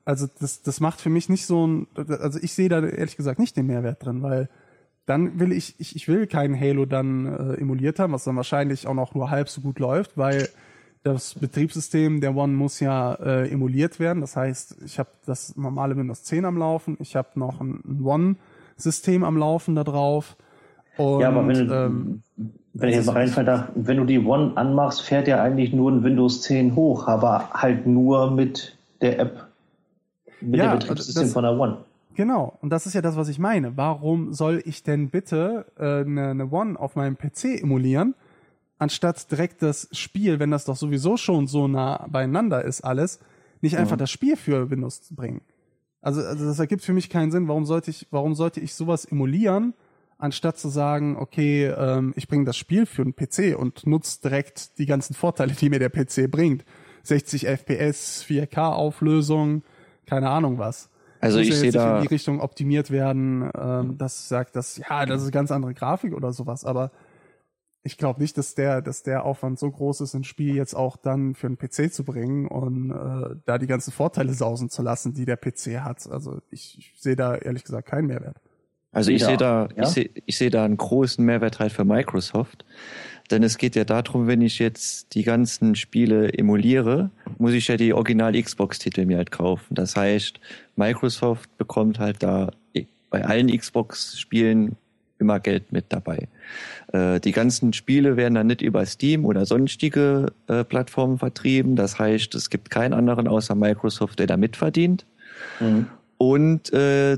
also das macht für mich nicht so also ich sehe da ehrlich gesagt nicht den Mehrwert drin, weil dann will ich will keinen Halo dann emuliert haben, was dann wahrscheinlich auch noch nur halb so gut läuft, weil das Betriebssystem der One muss ja emuliert werden. Das heißt, ich habe das normale Windows 10 am Laufen, ich habe noch ein One-System am Laufen da drauf. Und, ja, aber wenn ich jetzt mal reinfallen darf, wenn du die One anmachst, fährt ja eigentlich nur ein Windows 10 hoch, aber halt nur mit der App, mit dem Betriebssystem von der One. Genau, und das ist ja das, was ich meine. Warum soll ich denn bitte eine One auf meinem PC emulieren, anstatt direkt das Spiel, wenn das doch sowieso schon so nah beieinander ist alles, nicht einfach das Spiel für Windows bringen? Also das ergibt für mich keinen Sinn. Warum sollte ich sowas emulieren, anstatt zu sagen, okay, ich bringe das Spiel für einen PC und nutze direkt die ganzen Vorteile, die mir der PC bringt. 60 FPS, 4K-Auflösung, keine Ahnung was. Also ich sehe da in die Richtung optimiert werden, das sagt, das ist eine ganz andere Grafik oder sowas, aber ich glaube nicht, dass der Aufwand so groß ist, ein Spiel jetzt auch dann für einen PC zu bringen und da die ganzen Vorteile sausen zu lassen, die der PC hat. Also ich sehe da ehrlich gesagt keinen Mehrwert. Also ich sehe da einen großen Mehrwert halt für Microsoft. Denn es geht ja darum, wenn ich jetzt die ganzen Spiele emuliere, muss ich ja die Original-Xbox-Titel mir halt kaufen. Das heißt, Microsoft bekommt halt da bei allen Xbox-Spielen immer Geld mit dabei. Die ganzen Spiele werden dann nicht über Steam oder sonstige Plattformen vertrieben. Das heißt, es gibt keinen anderen außer Microsoft, der da mitverdient. Mhm. Und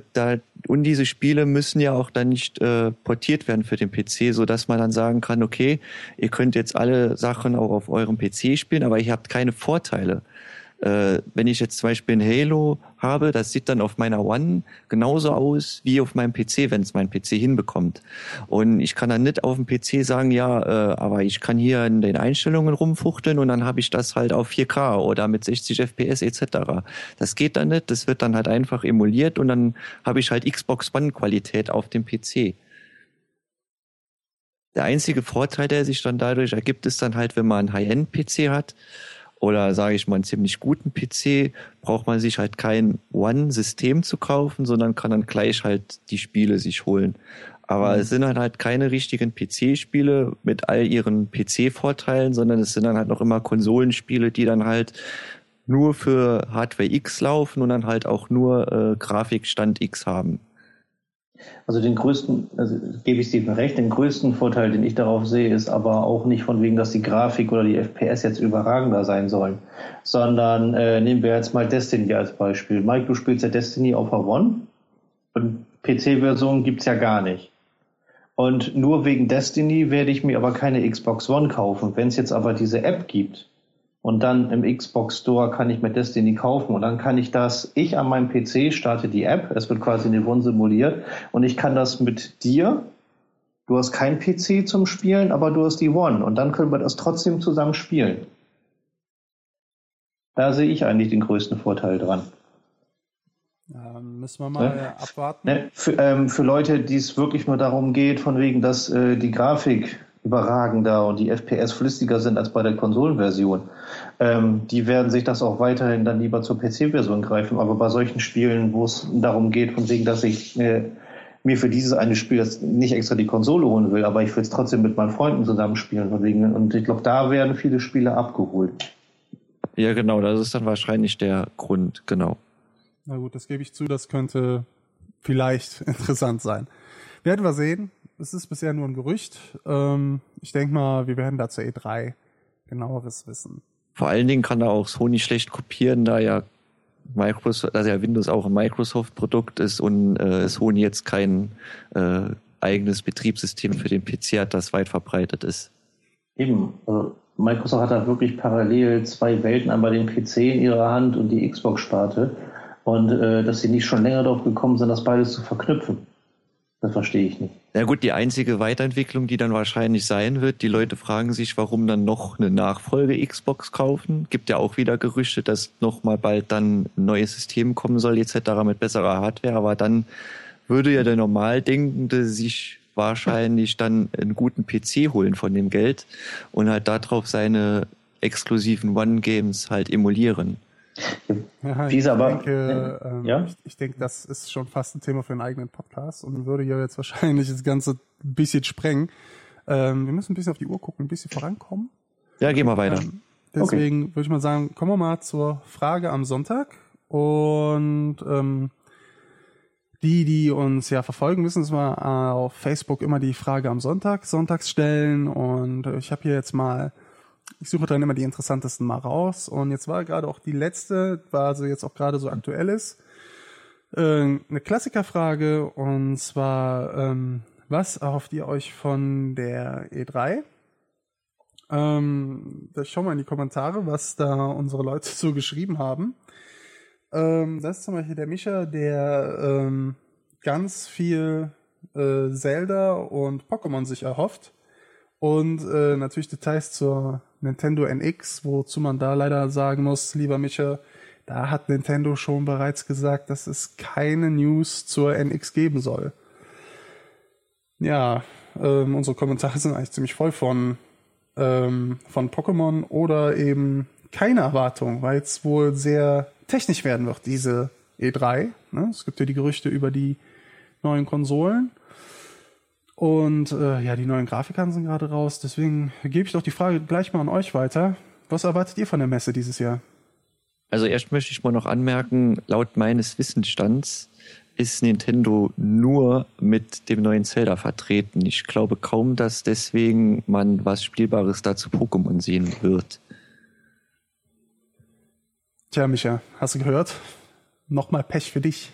diese Spiele müssen ja auch dann nicht portiert werden für den PC, so dass man dann sagen kann, okay, ihr könnt jetzt alle Sachen auch auf eurem PC spielen, aber ihr habt keine Vorteile. Wenn ich jetzt zum Beispiel ein Halo habe, das sieht dann auf meiner One genauso aus wie auf meinem PC, wenn es mein PC hinbekommt. Und ich kann dann nicht auf dem PC sagen, aber ich kann hier in den Einstellungen rumfuchteln und dann habe ich das halt auf 4K oder mit 60 FPS etc. Das geht dann nicht, das wird dann halt einfach emuliert und dann habe ich halt Xbox One Qualität auf dem PC. Der einzige Vorteil, der sich dann dadurch ergibt, ist dann halt, wenn man einen High-End-PC hat, oder sage ich mal einen ziemlich guten PC, braucht man sich halt kein One-System zu kaufen, sondern kann dann gleich halt die Spiele sich holen. Aber es sind halt keine richtigen PC-Spiele mit all ihren PC-Vorteilen, sondern es sind dann halt noch immer Konsolenspiele, die dann halt nur für Hardware X laufen und dann halt auch nur Grafikstand X haben. Also gebe ich Steven recht, den größten Vorteil, den ich darauf sehe, ist aber auch nicht von wegen, dass die Grafik oder die FPS jetzt überragender sein sollen, sondern nehmen wir jetzt mal Destiny als Beispiel. Mike, du spielst ja Destiny auf der One und PC-Version gibt's ja gar nicht. Und nur wegen Destiny werde ich mir aber keine Xbox One kaufen. Wenn es jetzt aber diese App gibt, und dann im Xbox Store kann ich mir Destiny kaufen und dann kann ich an meinem PC starte die App, es wird quasi eine One simuliert und ich kann das mit dir, du hast kein PC zum Spielen, aber du hast die One und dann können wir das trotzdem zusammen spielen. Da sehe ich eigentlich den größten Vorteil dran. Müssen wir mal abwarten. Für Leute, die es wirklich nur darum geht, von wegen, dass die Grafik überragender und die FPS flüssiger sind als bei der Konsolenversion. Die werden sich das auch weiterhin dann lieber zur PC-Version greifen. Aber bei solchen Spielen, wo es darum geht, von wegen, dass ich mir für dieses eine Spiel jetzt nicht extra die Konsole holen will, aber ich will es trotzdem mit meinen Freunden zusammenspielen. Von wegen. Und ich glaube, da werden viele Spiele abgeholt. Ja, genau, das ist dann wahrscheinlich der Grund, genau. Na gut, das gebe ich zu, das könnte vielleicht interessant sein. Werden wir sehen. Es ist bisher nur ein Gerücht. Ich denke mal, wir werden da zur E3 genaueres wissen. Vor allen Dingen kann da auch Sony schlecht kopieren, da ja Windows auch ein Microsoft-Produkt ist und Sony jetzt kein eigenes Betriebssystem für den PC hat, das weit verbreitet ist. Eben, also Microsoft hat da wirklich parallel zwei Welten, einmal den PC in ihrer Hand und die Xbox-Sparte. Und dass sie nicht schon länger darauf gekommen sind, das beides zu verknüpfen. Das verstehe ich nicht. Ja gut, die einzige Weiterentwicklung, die dann wahrscheinlich sein wird, die Leute fragen sich, warum dann noch eine Nachfolge Xbox kaufen. Gibt ja auch wieder Gerüchte, dass noch mal bald dann ein neues System kommen soll etc. mit besserer Hardware. Aber dann würde ja der Normaldenkende sich wahrscheinlich dann einen guten PC holen von dem Geld und halt darauf seine exklusiven One-Games halt emulieren. Ja, Fies, aber ich denke, das ist schon fast ein Thema für einen eigenen Podcast und würde ja jetzt wahrscheinlich das Ganze ein bisschen sprengen. Wir müssen ein bisschen auf die Uhr gucken, ein bisschen vorankommen. Ja, gehen wir weiter. Deswegen würde ich mal sagen, kommen wir mal zur Frage am Sonntag. Und die uns ja verfolgen, müssen es mal auf Facebook immer die Frage am sonntags stellen. Und ich habe hier jetzt mal, ich suche dann immer die interessantesten mal raus. Und jetzt war gerade auch die letzte, war also jetzt auch gerade so aktuell ist, eine Klassikerfrage. Und zwar, was erhofft ihr euch von der E3? Da schauen wir in die Kommentare, was da unsere Leute so geschrieben haben. Das ist zum Beispiel der Mischa, der ganz viel Zelda und Pokémon sich erhofft. Und natürlich Details zur Nintendo NX, wozu man da leider sagen muss, lieber Mischa, da hat Nintendo schon bereits gesagt, dass es keine News zur NX geben soll. Ja, unsere Kommentare sind eigentlich ziemlich voll von Pokémon oder eben keine Erwartung, weil es wohl sehr technisch werden wird, diese E3. Ne? Es gibt ja die Gerüchte über die neuen Konsolen. Und die neuen Grafikkarten sind gerade raus. Deswegen gebe ich doch die Frage gleich mal an euch weiter. Was erwartet ihr von der Messe dieses Jahr? Also erst möchte ich mal noch anmerken, laut meines Wissensstands ist Nintendo nur mit dem neuen Zelda vertreten. Ich glaube kaum, dass deswegen man was Spielbares dazu Pokémon sehen wird. Tja, Micha, hast du gehört? Nochmal Pech für dich.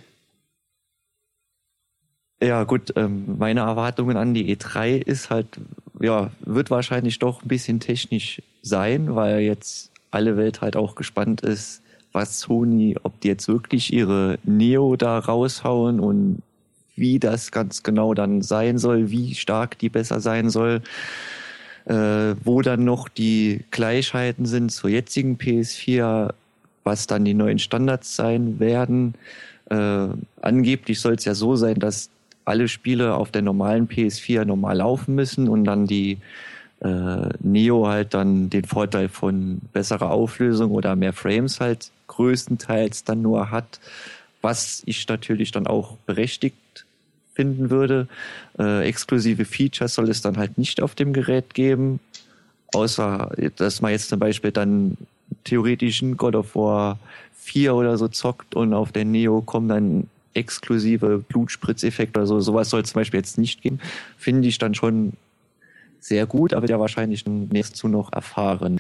Ja gut, meine Erwartungen an die E3 ist halt, ja, wird wahrscheinlich doch ein bisschen technisch sein, weil jetzt alle Welt halt auch gespannt ist, was Sony, ob die jetzt wirklich ihre Neo da raushauen und wie das ganz genau dann sein soll, wie stark die besser sein soll, wo dann noch die Gleichheiten sind zur jetzigen PS4, was dann die neuen Standards sein werden. Angeblich soll es ja so sein, dass alle Spiele auf der normalen PS4 normal laufen müssen und dann die Neo halt dann den Vorteil von besserer Auflösung oder mehr Frames halt größtenteils dann nur hat, was ich natürlich dann auch berechtigt finden würde. Exklusive Features soll es dann halt nicht auf dem Gerät geben, außer dass man jetzt zum Beispiel dann theoretisch ein God of War 4 oder so zockt und auf der Neo kommen dann exklusive Blutspritzeffekte oder so. Sowas soll zum Beispiel jetzt nicht geben. Finde ich dann schon sehr gut, aber wird ja wahrscheinlich nächstes zu noch erfahren.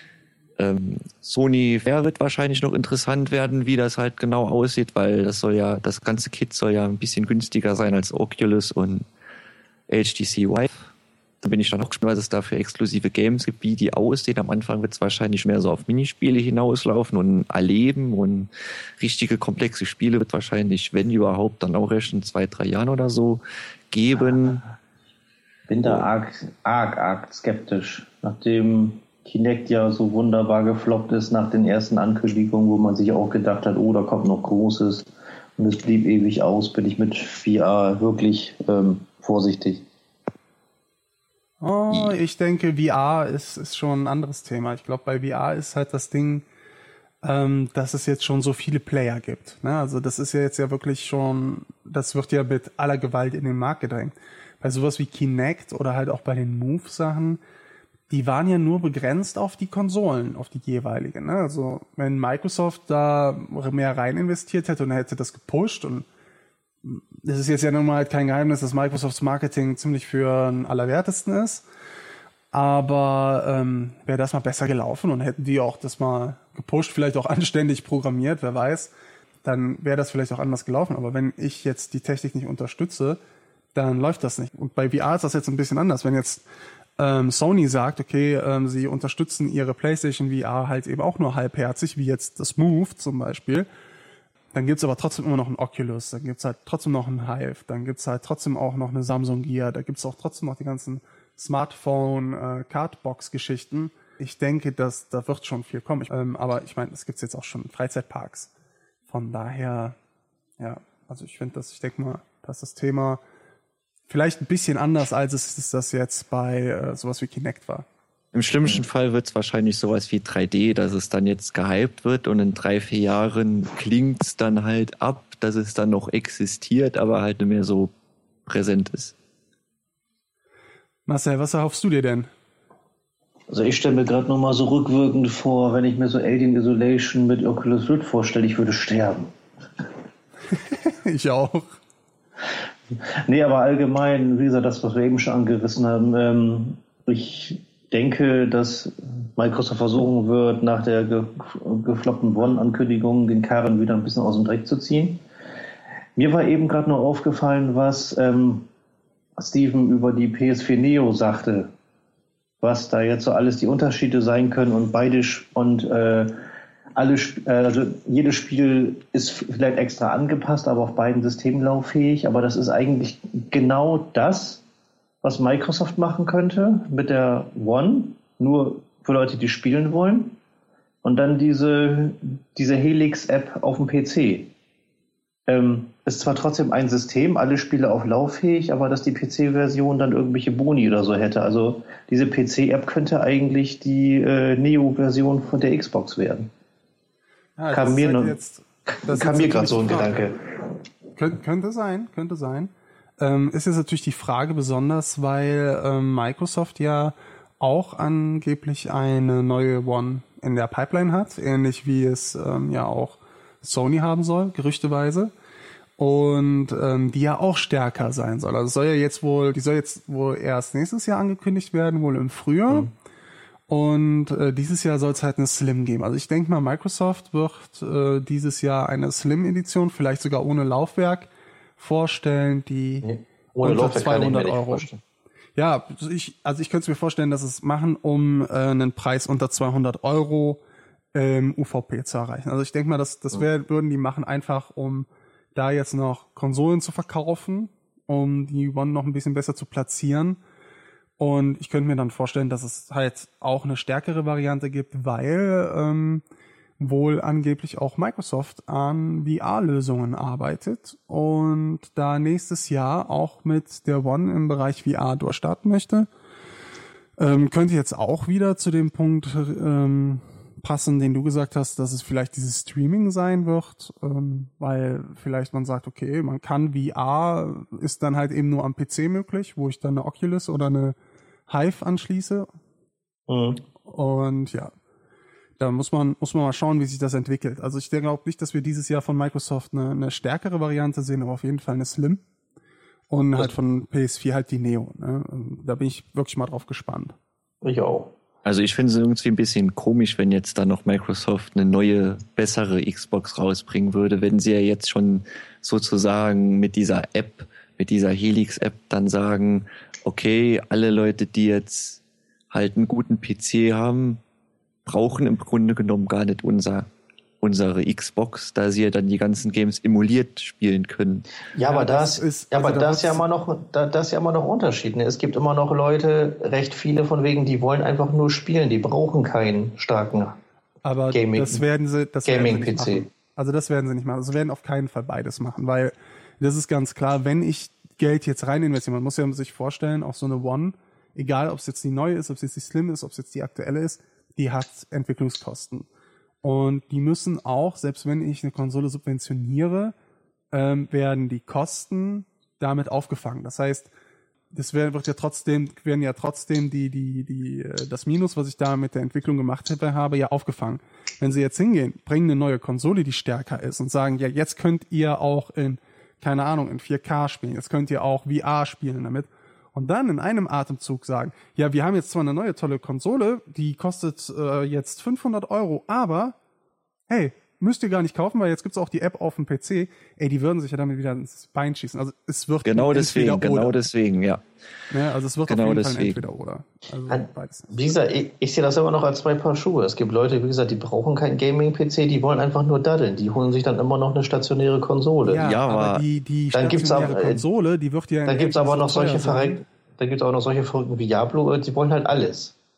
Sony Fair wird wahrscheinlich noch interessant werden, wie das halt genau aussieht, weil das ganze Kit soll ja ein bisschen günstiger sein als Oculus und HTC Vive. Da bin ich dann auch gespannt, was es da für exklusive Games gibt, wie die aussehen. Am Anfang wird es wahrscheinlich mehr so auf Minispiele hinauslaufen und erleben und richtige komplexe Spiele wird wahrscheinlich, wenn überhaupt, dann auch erst in 2-3 Jahren oder so geben. Bin da arg skeptisch. Nachdem Kinect ja so wunderbar gefloppt ist nach den ersten Ankündigungen, wo man sich auch gedacht hat, oh, da kommt noch Großes und es blieb ewig aus, bin ich mit VR wirklich vorsichtig. Oh, ich denke, VR ist schon ein anderes Thema. Ich glaube, bei VR ist halt das Ding, dass es jetzt schon so viele Player gibt. Ne? Also das ist ja jetzt ja wirklich schon, das wird ja mit aller Gewalt in den Markt gedrängt. Bei sowas wie Kinect oder halt auch bei den Move-Sachen, die waren ja nur begrenzt auf die Konsolen, auf die jeweiligen. Ne? Also wenn Microsoft da mehr rein investiert hätte und hätte das gepusht, und das ist jetzt ja nun mal halt kein Geheimnis, dass Microsofts Marketing ziemlich für den Allerwertesten ist, aber wäre das mal besser gelaufen und hätten die auch das mal gepusht, vielleicht auch anständig programmiert, wer weiß, dann wäre das vielleicht auch anders gelaufen. Aber wenn ich jetzt die Technik nicht unterstütze, dann läuft das nicht. Und bei VR ist das jetzt ein bisschen anders. Wenn jetzt Sony sagt, okay, sie unterstützen ihre PlayStation VR halt eben auch nur halbherzig, wie jetzt das Move zum Beispiel, dann gibt's aber trotzdem immer noch einen Oculus, dann gibt's halt trotzdem noch einen Hive, dann gibt's halt trotzdem auch noch eine Samsung Gear, da gibt's auch trotzdem noch die ganzen Smartphone-Cardbox-Geschichten. Ich denke, da wird schon viel kommen. Aber ich meine, es gibt's jetzt auch schon in Freizeitparks. Von daher, ja, also ich denke mal, dass das Thema vielleicht ein bisschen anders, als es das jetzt bei sowas wie Kinect war. Im schlimmsten Fall wird es wahrscheinlich sowas wie 3D, dass es dann jetzt gehypt wird und in 3-4 Jahren klingt es dann halt ab, dass es dann noch existiert, aber halt nicht mehr so präsent ist. Marcel, was erhoffst du dir denn? Also ich stelle mir gerade noch mal so rückwirkend vor, wenn ich mir so Alien Isolation mit Oculus Rift vorstelle, ich würde sterben. Ich auch. Nee, aber allgemein, wie gesagt, das, was wir eben schon angerissen haben, ich denke, dass Microsoft versuchen wird, nach der gefloppten One-Ankündigung den Karren wieder ein bisschen aus dem Dreck zu ziehen. Mir war eben gerade noch aufgefallen, was Steven über die PS4 Neo sagte, was da jetzt so alles die Unterschiede sein können und also jedes Spiel ist vielleicht extra angepasst, aber auf beiden Systemen lauffähig. Aber das ist eigentlich genau das, was Microsoft machen könnte mit der One, nur für Leute, die spielen wollen. Und dann diese Helix-App auf dem PC. Ist zwar trotzdem ein System, alle Spiele auch lauffähig, aber dass die PC-Version dann irgendwelche Boni oder so hätte. Also diese PC-App könnte eigentlich die Neo-Version von der Xbox werden. Ja, kam mir gerade so ein Gedanke. Könnte sein. Ist jetzt natürlich die Frage besonders, weil Microsoft ja auch angeblich eine neue One in der Pipeline hat, ähnlich wie es ja auch Sony haben soll, gerüchteweise. Und die ja auch stärker sein soll. Also die soll jetzt wohl erst nächstes Jahr angekündigt werden, wohl im Frühjahr. Und dieses Jahr soll es halt eine Slim geben. Also ich denke mal, Microsoft wird dieses Jahr eine Slim-Edition, vielleicht sogar ohne Laufwerk, vorstellen, die ohne unter Laufwerk 200 Euro. Ja, ich könnte es mir vorstellen, dass es machen, um einen Preis unter 200 Euro UVP zu erreichen. Also ich denke mal, würden die machen, einfach um da jetzt noch Konsolen zu verkaufen, um die One noch ein bisschen besser zu platzieren. Und ich könnte mir dann vorstellen, dass es halt auch eine stärkere Variante gibt, weil wohl angeblich auch Microsoft an VR-Lösungen arbeitet und da nächstes Jahr auch mit der One im Bereich VR durchstarten möchte. Könnte jetzt auch wieder zu dem Punkt passen, den du gesagt hast, dass es vielleicht dieses Streaming sein wird, weil vielleicht man sagt, okay, man kann VR, ist dann halt eben nur am PC möglich, wo ich dann eine Oculus oder eine Hive anschließe. Und ja, da muss man mal schauen, wie sich das entwickelt. Also ich glaube nicht, dass wir dieses Jahr von Microsoft eine stärkere Variante sehen, aber auf jeden Fall eine Slim. Und halt von PS4 halt die Neo. Ne? Da bin ich wirklich mal drauf gespannt. Ich auch. Also ich finde es irgendwie ein bisschen komisch, wenn jetzt dann noch Microsoft eine neue, bessere Xbox rausbringen würde, wenn sie ja jetzt schon sozusagen mit dieser App, mit dieser Helix-App dann sagen, okay, alle Leute, die jetzt halt einen guten PC haben, brauchen im Grunde genommen gar nicht unsere Xbox, da sie ja dann die ganzen Games emuliert spielen können. Ja, aber das ist ja immer noch Unterschied. Ne? Es gibt immer noch Leute, recht viele von wegen, die wollen einfach nur spielen, die brauchen keinen starken Gaming-PC. Also das werden sie nicht machen. Also sie werden auf keinen Fall beides machen, weil das ist ganz klar, wenn ich Geld jetzt rein investiere, man muss ja sich vorstellen, auch so eine One, egal ob es jetzt die neue ist, ob es jetzt die Slim ist, ob es jetzt die aktuelle ist, die hat Entwicklungskosten. Und die müssen auch, selbst wenn ich eine Konsole subventioniere, werden die Kosten damit aufgefangen. Das heißt, werden ja trotzdem das Minus, was ich da mit der Entwicklung gemacht habe, ja aufgefangen. Wenn sie jetzt hingehen, bringen eine neue Konsole, die stärker ist und sagen, ja, jetzt könnt ihr auch in 4K spielen, jetzt könnt ihr auch VR spielen damit. Und dann in einem Atemzug sagen, ja, wir haben jetzt zwar eine neue tolle Konsole, die kostet jetzt 500 Euro, aber hey, müsst ihr gar nicht kaufen, weil jetzt gibt's auch die App auf dem PC. Ey, die würden sich ja damit wieder ins Bein schießen. Also es wird genau deswegen, ja. Ja, also es wird genau auf jeden deswegen. Fall entweder oder. Also beides. Wie gesagt, ich sehe das immer noch als zwei Paar Schuhe. Es gibt Leute, wie gesagt, die brauchen keinen Gaming-PC, die wollen einfach nur daddeln. Die holen sich dann immer noch eine stationäre Konsole. Ja, aber die stationäre Konsole, die wird ja... Dann gibt's aber noch solche verrückten wie Diablo, die wollen halt alles.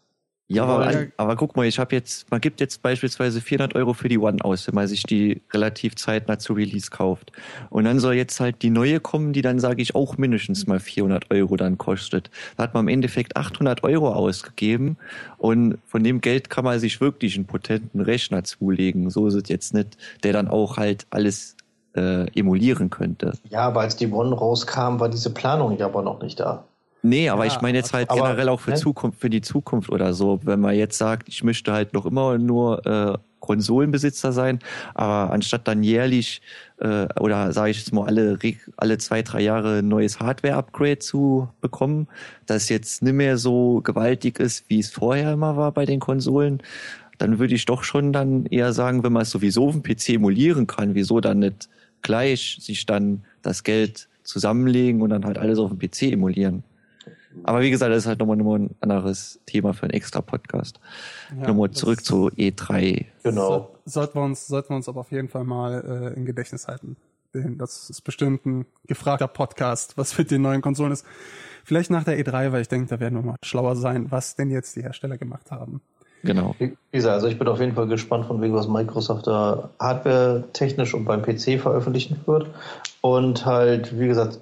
Ja, aber guck mal, man gibt jetzt beispielsweise 400 Euro für die One aus, wenn man sich die relativ zeitnah zu Release kauft. Und dann soll jetzt halt die neue kommen, die dann, sage ich, auch mindestens mal 400 Euro dann kostet. Da hat man im Endeffekt 800 Euro ausgegeben und von dem Geld kann man sich wirklich einen potenten Rechner zulegen. So ist es jetzt nicht, der dann auch halt alles emulieren könnte. Ja, aber als die One rauskam, war diese Planung ja aber noch nicht da. Nee, aber ich meine jetzt halt generell auch für die Zukunft oder so. Wenn man jetzt sagt, ich möchte halt noch immer nur Konsolenbesitzer sein, aber anstatt dann jährlich oder sage ich jetzt mal alle 2-3 Jahre ein neues Hardware-Upgrade zu bekommen, das jetzt nicht mehr so gewaltig ist, wie es vorher immer war bei den Konsolen, dann würde ich doch schon dann eher sagen, wenn man es sowieso auf dem PC emulieren kann, wieso dann nicht gleich sich dann das Geld zusammenlegen und dann halt alles auf dem PC emulieren. Aber wie gesagt, das ist halt nochmal ein anderes Thema für einen extra Podcast. Ja, nochmal zurück zu E3. Genau. Sollten wir uns aber auf jeden Fall mal im Gedächtnis halten. Das ist bestimmt ein gefragter Podcast, was mit den neuen Konsolen ist. Vielleicht nach der E3, weil ich denke, da werden wir mal schlauer sein, was denn jetzt die Hersteller gemacht haben. Genau. Wie gesagt, also ich bin auf jeden Fall gespannt, von wegen was Microsoft da Hardware technisch und beim PC veröffentlichen wird. Und halt, wie gesagt,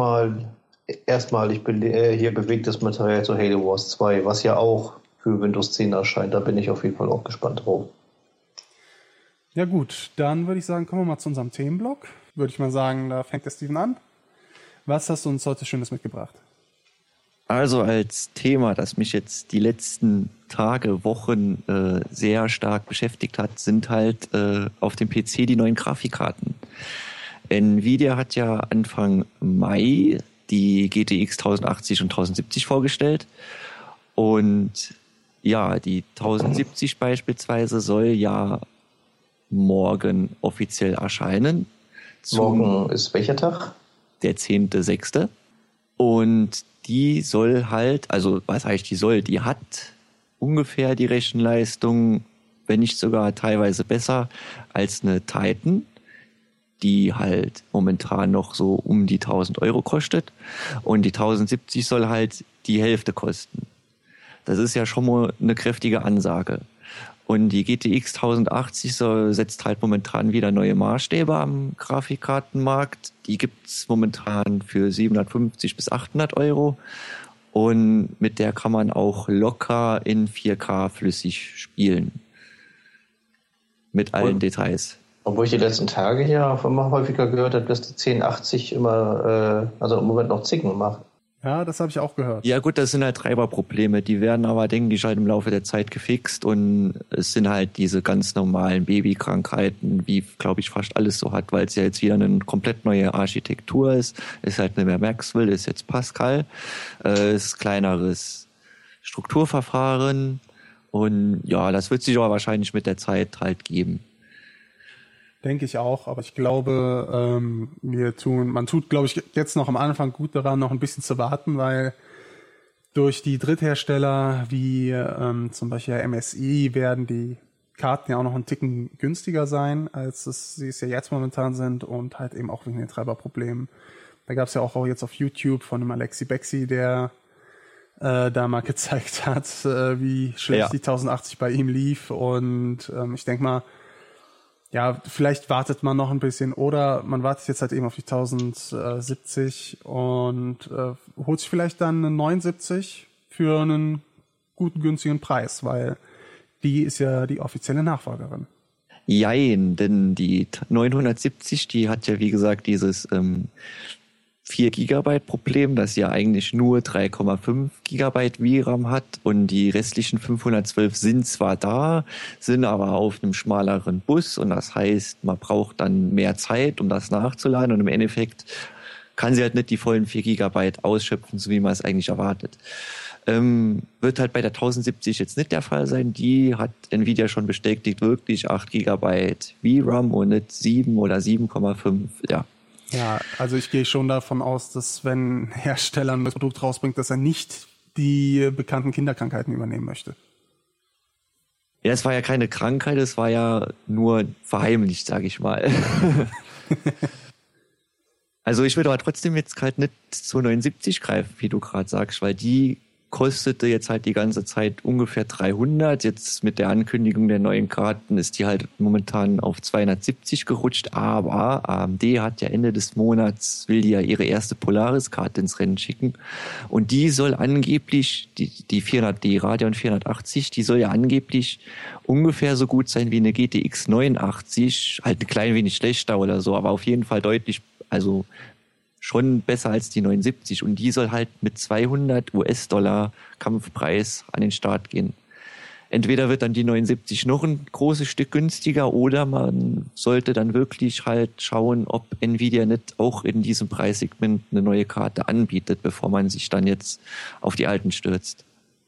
erstmalig hier bewegtes Material zu Halo Wars 2, was ja auch für Windows 10 erscheint. Da bin ich auf jeden Fall auch gespannt drauf. Ja gut, dann würde ich sagen, kommen wir mal zu unserem Themenblock. Würde ich mal sagen, da fängt der Steven an. Was hast du uns heute Schönes mitgebracht? Also als Thema, das mich jetzt die letzten Tage, Wochen sehr stark beschäftigt hat, sind halt auf dem PC die neuen Grafikkarten. Nvidia hat ja Anfang Mai die GTX 1080 und 1070 vorgestellt. Und ja, die 1070 beispielsweise soll ja morgen offiziell erscheinen. Morgen ist welcher Tag? Der 10.6. Und die soll halt, also was heißt die soll, die hat ungefähr die Rechenleistung, wenn nicht sogar teilweise besser als eine Titan, die halt momentan noch so um die 1000 Euro kostet. Und die 1070 soll halt die Hälfte kosten. Das ist ja schon mal eine kräftige Ansage. Und die GTX 1080 setzt halt momentan wieder neue Maßstäbe am Grafikkartenmarkt. Die gibt's momentan für 750 bis 800 Euro. Und mit der kann man auch locker in 4K flüssig spielen. Mit allen Details. Obwohl ich die letzten Tage ja immer häufiger gehört habe, dass die 1080 immer, also im Moment noch Zicken macht. Ja, das habe ich auch gehört. Ja gut, das sind halt Treiberprobleme. Die werden aber, denke ich, halt im Laufe der Zeit gefixt. Und es sind halt diese ganz normalen Babykrankheiten, wie, glaube ich, fast alles so hat, weil es ja jetzt wieder eine komplett neue Architektur ist. Ist halt nicht mehr Maxwell, ist jetzt Pascal. Ist kleineres Strukturverfahren. Und ja, das wird sich aber wahrscheinlich mit der Zeit halt geben. Denke ich auch, aber ich glaube, man tut, glaube ich, jetzt noch am Anfang gut daran, noch ein bisschen zu warten, weil durch die Dritthersteller wie zum Beispiel MSI werden die Karten ja auch noch einen Ticken günstiger sein, als sie es ja jetzt momentan sind und halt eben auch wegen den Treiberproblemen. Da gab es ja auch jetzt auf YouTube von dem Alexi Bexi, der da mal gezeigt hat, wie schlecht die 1080 bei ihm lief und ich denke mal, ja, vielleicht wartet man noch ein bisschen oder man wartet jetzt halt eben auf die 1070 und holt sich vielleicht dann eine 79 für einen guten, günstigen Preis, weil die ist ja die offizielle Nachfolgerin. Jein, denn die 970, die hat ja wie gesagt dieses 4 Gigabyte Problem, das ja eigentlich nur 3,5 Gigabyte VRAM hat und die restlichen 512 sind zwar da, sind aber auf einem schmaleren Bus und das heißt, man braucht dann mehr Zeit, um das nachzuladen und im Endeffekt kann sie halt nicht die vollen 4 Gigabyte ausschöpfen, so wie man es eigentlich erwartet. Wird halt bei der 1070 jetzt nicht der Fall sein. Die hat Nvidia schon bestätigt, wirklich 8 Gigabyte VRAM und nicht 7 oder 7,5, ja. Ja, also ich gehe schon davon aus, dass wenn ein Hersteller ein Produkt rausbringt, dass er nicht die bekannten Kinderkrankheiten übernehmen möchte. Ja, es war ja keine Krankheit, es war ja nur verheimlicht, sage ich mal. Also ich würde aber trotzdem jetzt halt nicht zu 79 greifen, wie du gerade sagst, weil die kostete jetzt halt die ganze Zeit ungefähr 300. Jetzt mit der Ankündigung der neuen Karten ist die halt momentan auf 270 gerutscht. Aber AMD hat ja Ende des Monats, will die ja ihre erste Polaris-Karte ins Rennen schicken. Und die soll angeblich, die Radeon 480, die soll ja angeblich ungefähr so gut sein wie eine GTX 89. Halt ein klein wenig schlechter oder so, aber auf jeden Fall deutlich, also schon besser als die 79 und die soll halt mit 200 US-Dollar Kampfpreis an den Start gehen. Entweder wird dann die 79 noch ein großes Stück günstiger oder man sollte dann wirklich halt schauen, ob Nvidia nicht auch in diesem Preissegment eine neue Karte anbietet, bevor man sich dann jetzt auf die alten stürzt.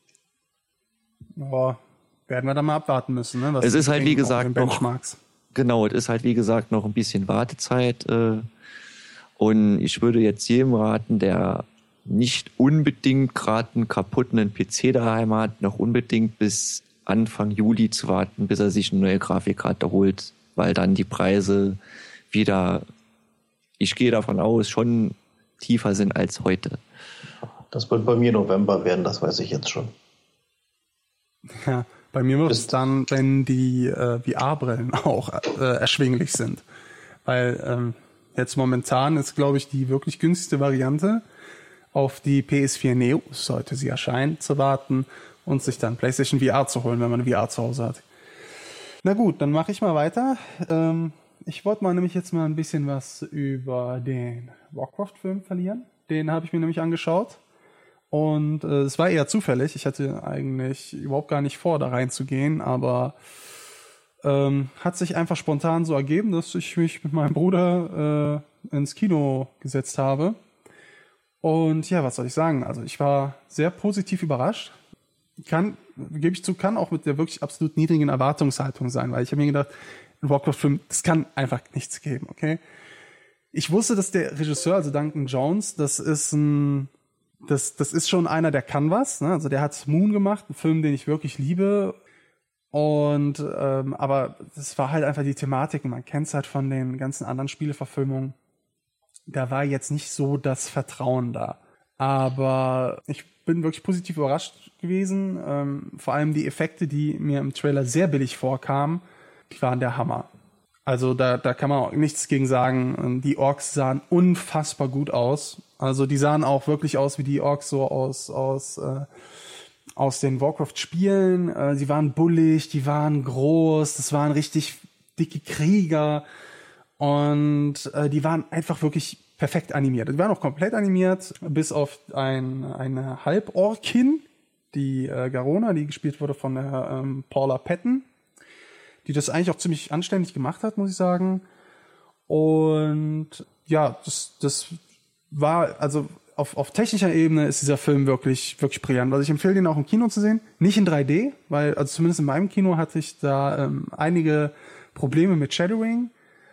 Boah, werden wir dann mal abwarten müssen, ne? Was es ist halt wie gesagt noch, genau, es ist halt wie gesagt noch ein bisschen Wartezeit, und ich würde jetzt jedem raten, der nicht unbedingt gerade einen kaputten PC daheim hat, noch unbedingt bis Anfang Juli zu warten, bis er sich eine neue Grafikkarte holt, weil dann die Preise wieder, ich gehe davon aus, schon tiefer sind als heute. Das wird bei mir November werden, das weiß ich jetzt schon. Ja, bei mir wird es dann, wenn die VR-Brillen auch erschwinglich sind. Weil jetzt momentan ist, glaube ich, die wirklich günstigste Variante, auf die PS4 Neo, sollte sie erscheinen, zu warten und sich dann PlayStation VR zu holen, wenn man eine VR zu Hause hat. Na gut, dann mache ich mal weiter. Ich wollte mal nämlich jetzt mal ein bisschen was über den Warcraft-Film verlieren. Den habe ich mir nämlich angeschaut. Und es war eher zufällig. Ich hatte eigentlich überhaupt gar nicht vor, da reinzugehen, aber hat sich einfach spontan so ergeben, dass ich mich mit meinem Bruder ins Kino gesetzt habe. Und ja, was soll ich sagen? Also ich war sehr positiv überrascht. Gebe ich zu, kann auch mit der wirklich absolut niedrigen Erwartungshaltung sein, weil ich habe mir gedacht, ein Warcraft-Film, das kann einfach nichts geben, okay? Ich wusste, dass der Regisseur, also Duncan Jones, das ist schon einer, der kann was, ne? Also der hat Moon gemacht, einen Film, den ich wirklich liebe. Und aber das war halt einfach die Thematik, und man kennt es halt von den ganzen anderen Spieleverfilmungen. Da war jetzt nicht so das Vertrauen da. Aber ich bin wirklich positiv überrascht gewesen. Vor allem die Effekte, die mir im Trailer sehr billig vorkamen, die waren der Hammer. Also da kann man auch nichts gegen sagen. Die Orks sahen unfassbar gut aus. Also die sahen auch wirklich aus wie die Orks so aus den Warcraft-Spielen. Sie waren bullig, die waren groß, das waren richtig dicke Krieger und die waren einfach wirklich perfekt animiert. Die waren auch komplett animiert, bis auf eine Halborkin, die Garona, die gespielt wurde von der Paula Patton, die das eigentlich auch ziemlich anständig gemacht hat, muss ich sagen. Und ja, das war, also auf technischer Ebene ist dieser Film wirklich, wirklich brillant. Also ich empfehle den auch im Kino zu sehen. Nicht in 3D, weil, also zumindest in meinem Kino hatte ich da einige Probleme mit Shadowing.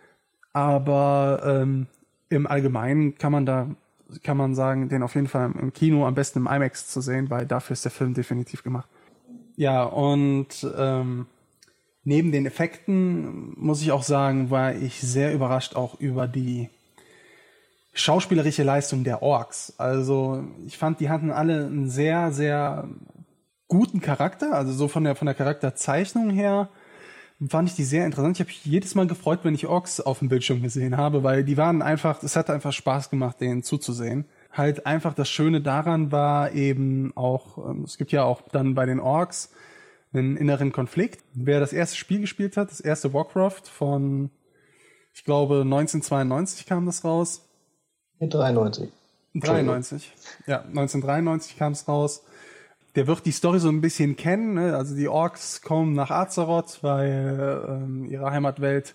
Aber im Allgemeinen kann man sagen, den auf jeden Fall im Kino am besten im IMAX zu sehen, weil dafür ist der Film definitiv gemacht. Ja, und neben den Effekten, muss ich auch sagen, war ich sehr überrascht auch über die schauspielerische Leistung der Orks. Also ich fand, die hatten alle einen sehr, sehr guten Charakter, also so von der Charakterzeichnung her fand ich die sehr interessant. Ich habe mich jedes Mal gefreut, wenn ich Orks auf dem Bildschirm gesehen habe, weil die waren einfach, es hat einfach Spaß gemacht, denen zuzusehen. Halt einfach das Schöne daran war eben auch, es gibt ja auch dann bei den Orks einen inneren Konflikt. Wer das erste Spiel gespielt hat, das erste Warcraft von, ich glaube 1992 kam das raus. 93. 93. Ja, 1993 kam es raus. Der wird die Story so ein bisschen kennen, ne? Also die Orks kommen nach Azeroth, weil ihre Heimatwelt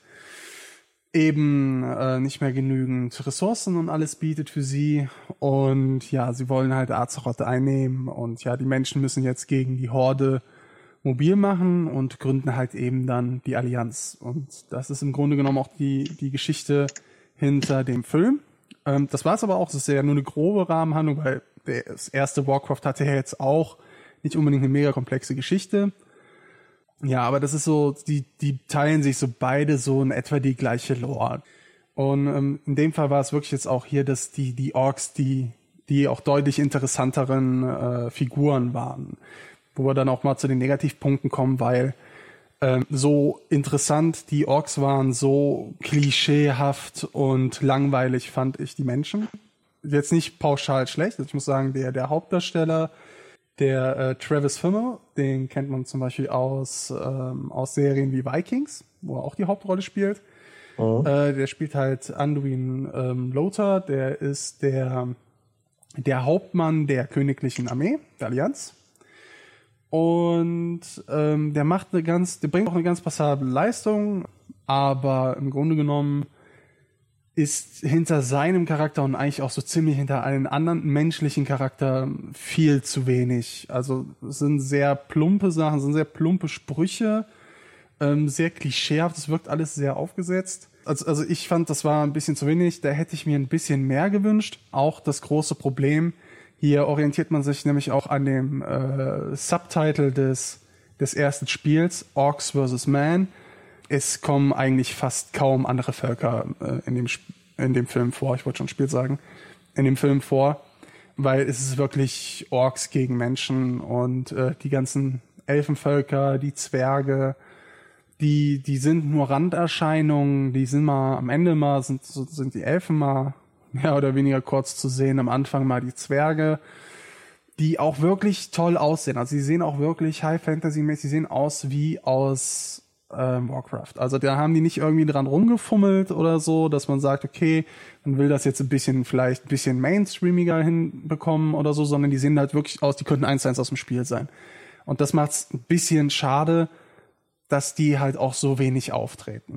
eben nicht mehr genügend Ressourcen und alles bietet für sie. Und ja, sie wollen halt Azeroth einnehmen. Und ja, die Menschen müssen jetzt gegen die Horde mobil machen und gründen halt eben dann die Allianz. Und das ist im Grunde genommen auch die Geschichte hinter dem Film. Das war es aber auch, das ist ja nur eine grobe Rahmenhandlung, weil das erste Warcraft hatte ja jetzt auch nicht unbedingt eine mega komplexe Geschichte. Ja, aber das ist so, die teilen sich so beide so in etwa die gleiche Lore. Und in dem Fall war es wirklich jetzt auch hier, dass die Orks die die auch deutlich interessanteren Figuren waren. Wo wir dann auch mal zu den Negativpunkten kommen, weil so interessant die Orks waren, so klischeehaft und langweilig fand ich die Menschen. Jetzt nicht pauschal schlecht, ich muss sagen, der Hauptdarsteller, der Travis Fimmel, den kennt man zum Beispiel aus Serien wie Vikings, wo er auch die Hauptrolle spielt. Der spielt halt Anduin Lothar, der ist der Hauptmann der königlichen Armee, der Allianz. Und der bringt auch eine ganz passable Leistung, aber im Grunde genommen ist hinter seinem Charakter und eigentlich auch so ziemlich hinter allen anderen menschlichen Charakter viel zu wenig. Also es sind sehr plumpe Sachen, es sind sehr plumpe Sprüche, sehr klischeehaft, es wirkt alles sehr aufgesetzt. Also ich fand, das war ein bisschen zu wenig, da hätte ich mir ein bisschen mehr gewünscht. Auch das große Problem, hier orientiert man sich nämlich auch an dem Subtitle des ersten Spiels, Orcs vs. Man. Es kommen eigentlich fast kaum andere Völker in dem Film vor. Ich wollte schon Spiel sagen. In dem Film vor, weil es ist wirklich Orks gegen Menschen und die ganzen Elfenvölker, die Zwerge, die sind nur Randerscheinungen. Die sind mal am Ende sind die Elfen mal mehr oder weniger kurz zu sehen. Am Anfang mal die Zwerge, die auch wirklich toll aussehen. Also sie sehen auch wirklich High-Fantasy-mäßig, sie sehen aus wie aus Warcraft. Also da haben die nicht irgendwie dran rumgefummelt oder so, dass man sagt, okay, man will das jetzt vielleicht ein bisschen mainstreamiger hinbekommen oder so, sondern die sehen halt wirklich aus, die könnten 1:1 aus dem Spiel sein. Und das macht's ein bisschen schade, dass die halt auch so wenig auftreten.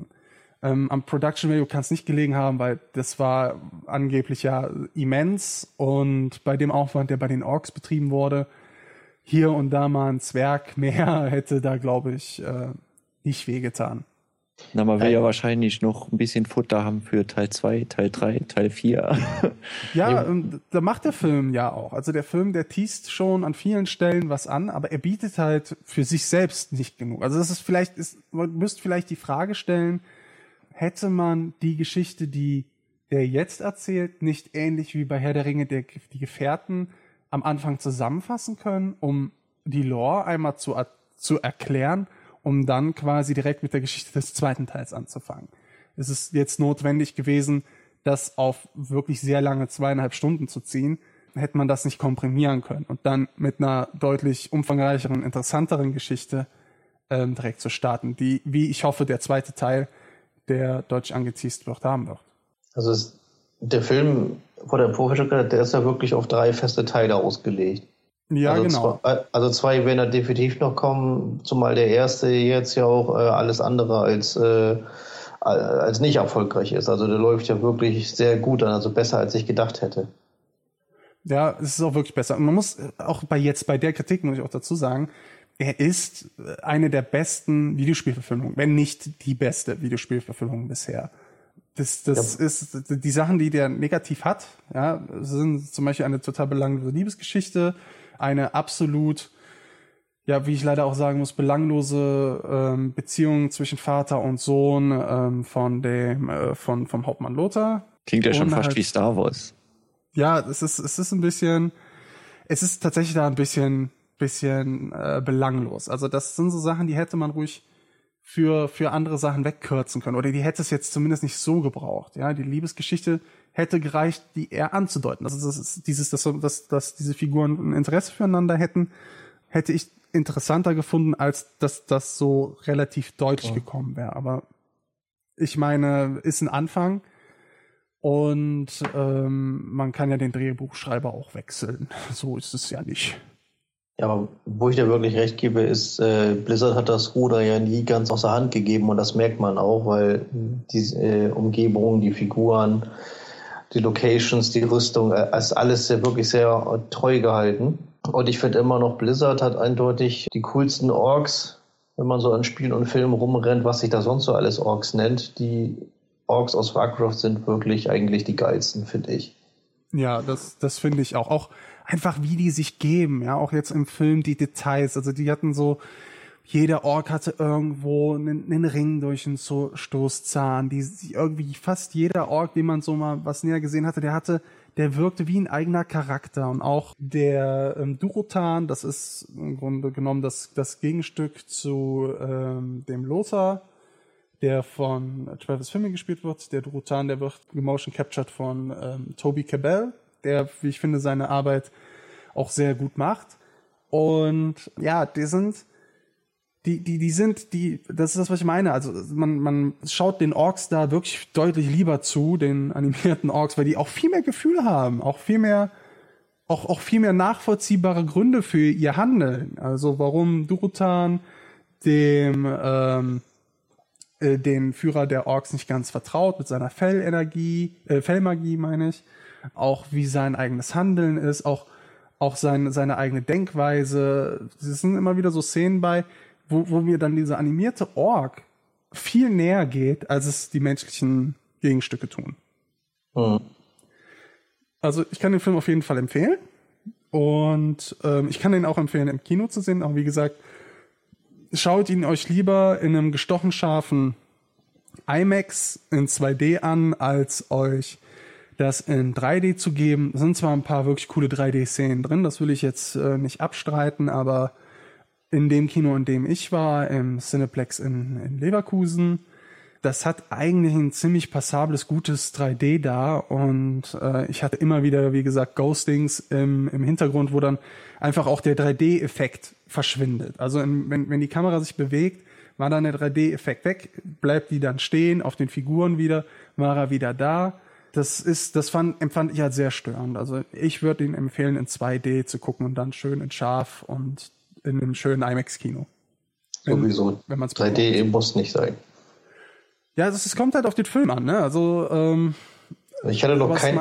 Am Production Value kann es nicht gelegen haben, weil das war angeblich ja immens und bei dem Aufwand, der bei den Orks betrieben wurde, hier und da mal ein Zwerg mehr hätte da, glaube ich, nicht wehgetan. Na, man will ja wahrscheinlich noch ein bisschen Futter haben für Teil 2, Teil 3, Teil 4. Ja, da macht der Film ja auch. Also der Film, der teast schon an vielen Stellen was an, aber er bietet halt für sich selbst nicht genug. Also das ist man müsste vielleicht die Frage stellen, hätte man die Geschichte, die der jetzt erzählt, nicht ähnlich wie bei Herr der Ringe, die Gefährten am Anfang zusammenfassen können, um die Lore einmal zu erklären, um dann quasi direkt mit der Geschichte des zweiten Teils anzufangen. Es ist jetzt notwendig gewesen, das auf wirklich sehr lange 2,5 Stunden zu ziehen. Hätte man das nicht komprimieren können und dann mit einer deutlich umfangreicheren, interessanteren Geschichte direkt zu starten, die, wie ich hoffe, der zweite Teil, der deutsch angeteast wird, haben wird. Also der Film, wo der Professor, der ist ja wirklich auf 3 feste Teile ausgelegt. Ja, also genau. Also 2 werden da definitiv noch kommen, zumal der erste jetzt ja auch alles andere als nicht erfolgreich ist. Also der läuft ja wirklich sehr gut an, also besser als ich gedacht hätte. Ja, es ist auch wirklich besser. Und man muss auch bei der Kritik, muss ich auch dazu sagen, er ist eine der besten Videospielverfilmungen, wenn nicht die beste Videospielverfilmung bisher. Das ist die Sachen, die der negativ hat, ja, sind zum Beispiel eine total belanglose Liebesgeschichte, eine absolut, ja, wie ich leider auch sagen muss, belanglose Beziehung zwischen Vater und Sohn vom Hauptmann Lothar. Klingt ja schon und fast wie Star Wars. Ja, es ist tatsächlich da ein bisschen belanglos. Also das sind so Sachen, die hätte man ruhig für andere Sachen wegkürzen können. Oder die hätte es jetzt zumindest nicht so gebraucht. Ja, die Liebesgeschichte hätte gereicht, die eher anzudeuten. Also das ist dass diese Figuren ein Interesse füreinander hätten, hätte ich interessanter gefunden, als dass das so relativ deutlich gekommen wäre. Aber ich meine, ist ein Anfang und man kann ja den Drehbuchschreiber auch wechseln. So ist es ja nicht. Ja, aber wo ich dir wirklich recht gebe, ist, Blizzard hat das Ruder ja nie ganz aus der Hand gegeben und das merkt man auch, weil die Umgebung, die Figuren, die Locations, die Rüstung, ist alles wirklich sehr treu gehalten. Und ich finde immer noch, Blizzard hat eindeutig die coolsten Orks, wenn man so an Spielen und Filmen rumrennt, was sich da sonst so alles Orks nennt. Die Orks aus Warcraft sind wirklich eigentlich die geilsten, finde ich. Ja, das finde ich auch. Auch einfach, wie die sich geben, ja, auch jetzt im Film die Details. Also die hatten so, jeder Ork hatte irgendwo einen Ring durch den Stoßzahn. Die irgendwie fast jeder Ork, den man so mal was näher gesehen hatte, der der wirkte wie ein eigener Charakter. Und auch der Durotan, das ist im Grunde genommen das Gegenstück zu dem Lothar, der von Travis Fimmel gespielt wird. Der Durotan, der wird gemotion captured von Toby Cabell, der, wie ich finde, seine Arbeit auch sehr gut macht. Und ja, das ist das, was ich meine. Also man schaut den Orks da wirklich deutlich lieber zu, den animierten Orks, weil die auch viel mehr Gefühl haben, auch viel mehr nachvollziehbare Gründe für ihr Handeln. Also warum Durotan den Führer der Orks nicht ganz vertraut mit seiner Fellmagie meine ich, auch wie sein eigenes Handeln ist, auch seine eigene Denkweise. Es sind immer wieder so Szenen bei, wo mir dann dieser animierte Ork viel näher geht, als es die menschlichen Gegenstücke tun. Mhm. Also ich kann den Film auf jeden Fall empfehlen und ich kann den auch empfehlen, im Kino zu sehen. Aber wie gesagt, schaut ihn euch lieber in einem gestochen scharfen IMAX in 2D an, als euch das in 3D zu geben. Es sind zwar ein paar wirklich coole 3D-Szenen drin, das will ich jetzt nicht abstreiten, aber in dem Kino, in dem ich war, im Cineplex in Leverkusen, das hat eigentlich ein ziemlich passables, gutes 3D da und ich hatte immer wieder, wie gesagt, Ghostings im Hintergrund, wo dann einfach auch der 3D-Effekt verschwindet. Also wenn die Kamera sich bewegt, war dann der 3D-Effekt weg, bleibt die dann stehen, auf den Figuren wieder, war er wieder da. Das empfand ich halt sehr störend. Also ich würde ihn empfehlen, in 2D zu gucken und dann schön in scharf und in einem schönen IMAX-Kino. Sowieso. Wenn man's 3D muss nicht sein. Ja, es kommt halt auf den Film an, ne? Also ich hatte noch keinen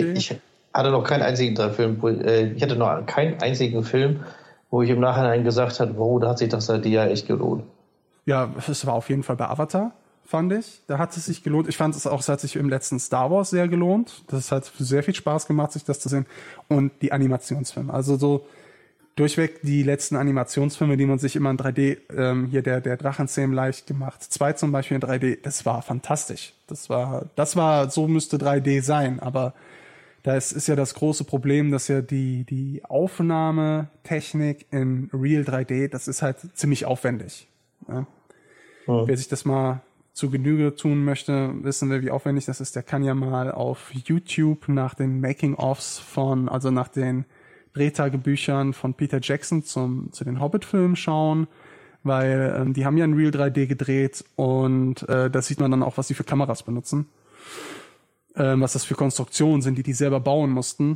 einzigen Film, wo ich im Nachhinein gesagt habe, wow, da hat sich das 3D ja echt gelohnt. Ja, es war auf jeden Fall bei Avatar, fand ich. Da hat es sich gelohnt. Ich fand es hat sich im letzten Star Wars sehr gelohnt. Das hat sehr viel Spaß gemacht, sich das zu sehen. Und die Animationsfilme. Also so durchweg die letzten Animationsfilme, die man sich immer in 3D, hier der Drachenzähm leicht gemacht. 2 zum Beispiel in 3D, das war fantastisch. Das war, so müsste 3D sein, aber da ist ja das große Problem, dass ja die Aufnahmetechnik in Real 3D, das ist halt ziemlich aufwendig. Ja? Ja. Wer sich das mal zu Genüge tun möchte, wissen wir, wie aufwendig das ist, der kann ja mal auf YouTube nach den Making-ofs also nach den Drehtagebüchern von Peter Jackson zu den Hobbit-Filmen schauen, weil die haben ja in Real 3D gedreht und da sieht man dann auch, was sie für Kameras benutzen. Was das für Konstruktionen sind, die selber bauen mussten,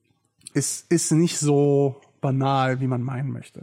ist nicht so banal, wie man meinen möchte.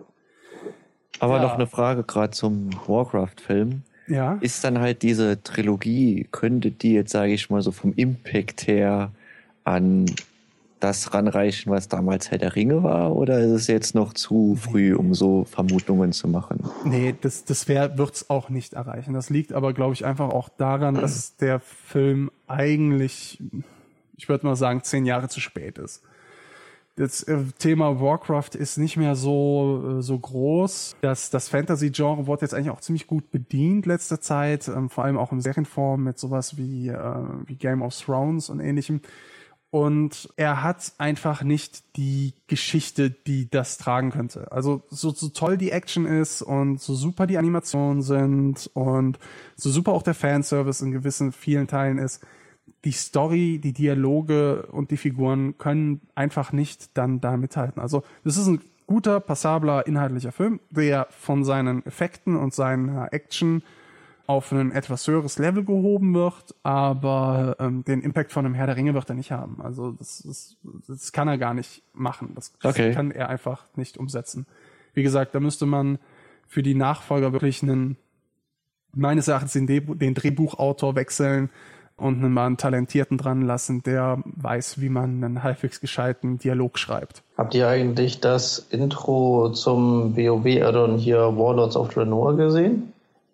Aber noch eine Frage gerade zum Warcraft-Film. Ja. Ist dann halt diese Trilogie, könnte die jetzt, sage ich mal, so vom Impact her an das ranreichen, was damals Herr der Ringe war? Oder ist es jetzt noch zu früh, um so Vermutungen zu machen? Nee, das wird's auch nicht erreichen. Das liegt aber, glaube ich, einfach auch daran, dass der Film eigentlich, ich würde mal sagen, 10 Jahre zu spät ist. Das Thema Warcraft ist nicht mehr so groß. Das Fantasy-Genre wurde jetzt eigentlich auch ziemlich gut bedient letzter Zeit, vor allem auch in Serienform mit sowas wie Game of Thrones und ähnlichem. Und er hat einfach nicht die Geschichte, die das tragen könnte. Also so toll die Action ist und so super die Animationen sind und so super auch der Fanservice in gewissen vielen Teilen ist, die Story, die Dialoge und die Figuren können einfach nicht dann da mithalten. Also das ist ein guter, passabler, inhaltlicher Film, der von seinen Effekten und seiner Action auf ein etwas höheres Level gehoben wird, aber den Impact von einem Herr der Ringe wird er nicht haben. Also das kann er gar nicht machen. Das kann er einfach nicht umsetzen. Wie gesagt, da müsste man für die Nachfolger wirklich meines Erachtens den Drehbuchautor wechseln und einen Talentierten dran lassen, der weiß, wie man einen halbwegs gescheiten Dialog schreibt. Habt ihr eigentlich das Intro zum WoW-Addon hier Warlords of Draenor gesehen?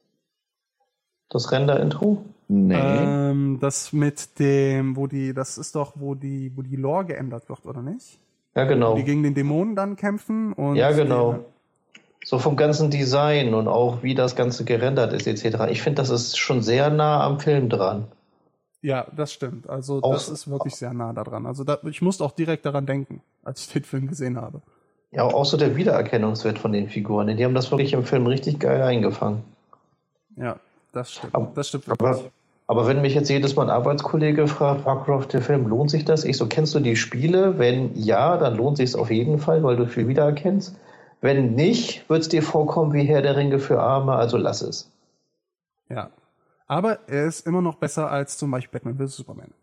Das Render-Intro? Nee. Das mit dem, das ist doch, wo die Lore geändert wird, oder nicht? Ja, genau. Wo die gegen den Dämonen dann kämpfen und. Ja, genau. So vom ganzen Design und auch wie das Ganze gerendert ist, etc. Ich finde, das ist schon sehr nah am Film dran. Ja, das stimmt. Also das ist wirklich sehr nah daran. Also ich musste auch direkt daran denken, als ich den Film gesehen habe. Ja, auch so der Wiedererkennungswert von den Figuren. Die haben das wirklich im Film richtig geil eingefangen. Ja, das stimmt. Das stimmt wirklich. Aber wenn mich jetzt jedes Mal ein Arbeitskollege fragt, Warcraft, der Film, lohnt sich das? Ich so, kennst du die Spiele? Wenn ja, dann lohnt sich es auf jeden Fall, weil du viel wiedererkennst. Wenn nicht, wird es dir vorkommen wie Herr der Ringe für Arme, also lass es. Ja, aber er ist immer noch besser als zum Beispiel Batman vs. Superman.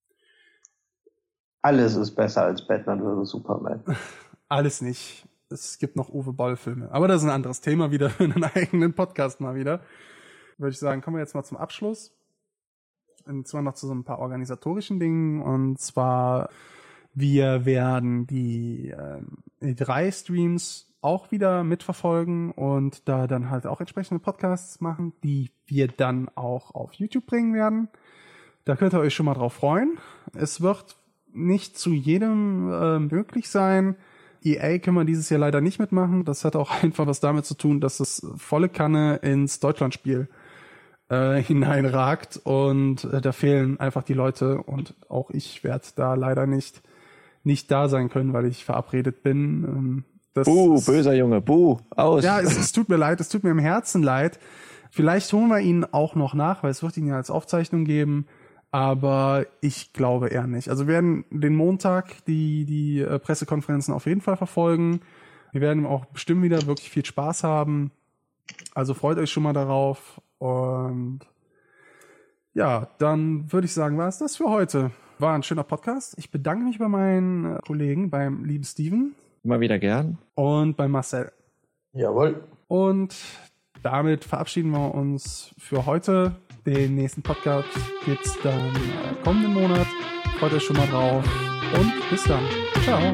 Alles ist besser als Batman vs. Superman. Alles nicht. Es gibt noch Uwe Boll-Filme. Aber das ist ein anderes Thema wieder für einen eigenen Podcast mal wieder. Würde ich sagen, kommen wir jetzt mal zum Abschluss. Und zwar noch zu so ein paar organisatorischen Dingen. Und zwar, wir werden die E3-Streams auch wieder mitverfolgen und da dann halt auch entsprechende Podcasts machen, die wir dann auch auf YouTube bringen werden. Da könnt ihr euch schon mal drauf freuen. Es wird nicht zu jedem möglich sein. EA können wir dieses Jahr leider nicht mitmachen. Das hat auch einfach was damit zu tun, dass es volle Kanne ins Deutschlandspiel hineinragt und da fehlen einfach die Leute und auch ich werde da leider nicht da sein können, weil ich verabredet bin. Böser Junge, aus. Ja, es tut mir leid, es tut mir im Herzen leid. Vielleicht holen wir ihn auch noch nach, weil es wird ihn ja als Aufzeichnung geben, aber ich glaube eher nicht. Also wir werden den Montag die Pressekonferenzen auf jeden Fall verfolgen. Wir werden auch bestimmt wieder wirklich viel Spaß haben. Also freut euch schon mal darauf. Und ja, dann würde ich sagen, war es das für heute. War ein schöner Podcast. Ich bedanke mich bei meinen Kollegen, beim lieben Steven. Immer wieder gern. Und bei Marcel. Jawohl. Und damit verabschieden wir uns für heute. Den nächsten Podcast gibt's dann kommenden Monat. Freut euch schon mal drauf. Und bis dann. Ciao.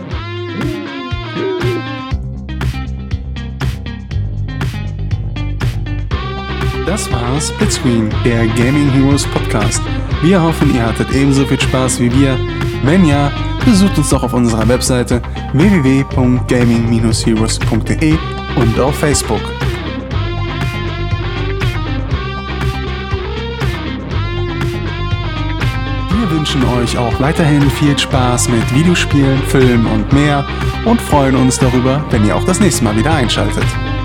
Das war Splitscreen, der Gaming Heroes Podcast. Wir hoffen, ihr hattet ebenso viel Spaß wie wir. Wenn ja, besucht uns doch auf unserer Webseite www.gaming-heroes.de und auf Facebook. Wir wünschen euch auch weiterhin viel Spaß mit Videospielen, Filmen und mehr und freuen uns darüber, wenn ihr auch das nächste Mal wieder einschaltet.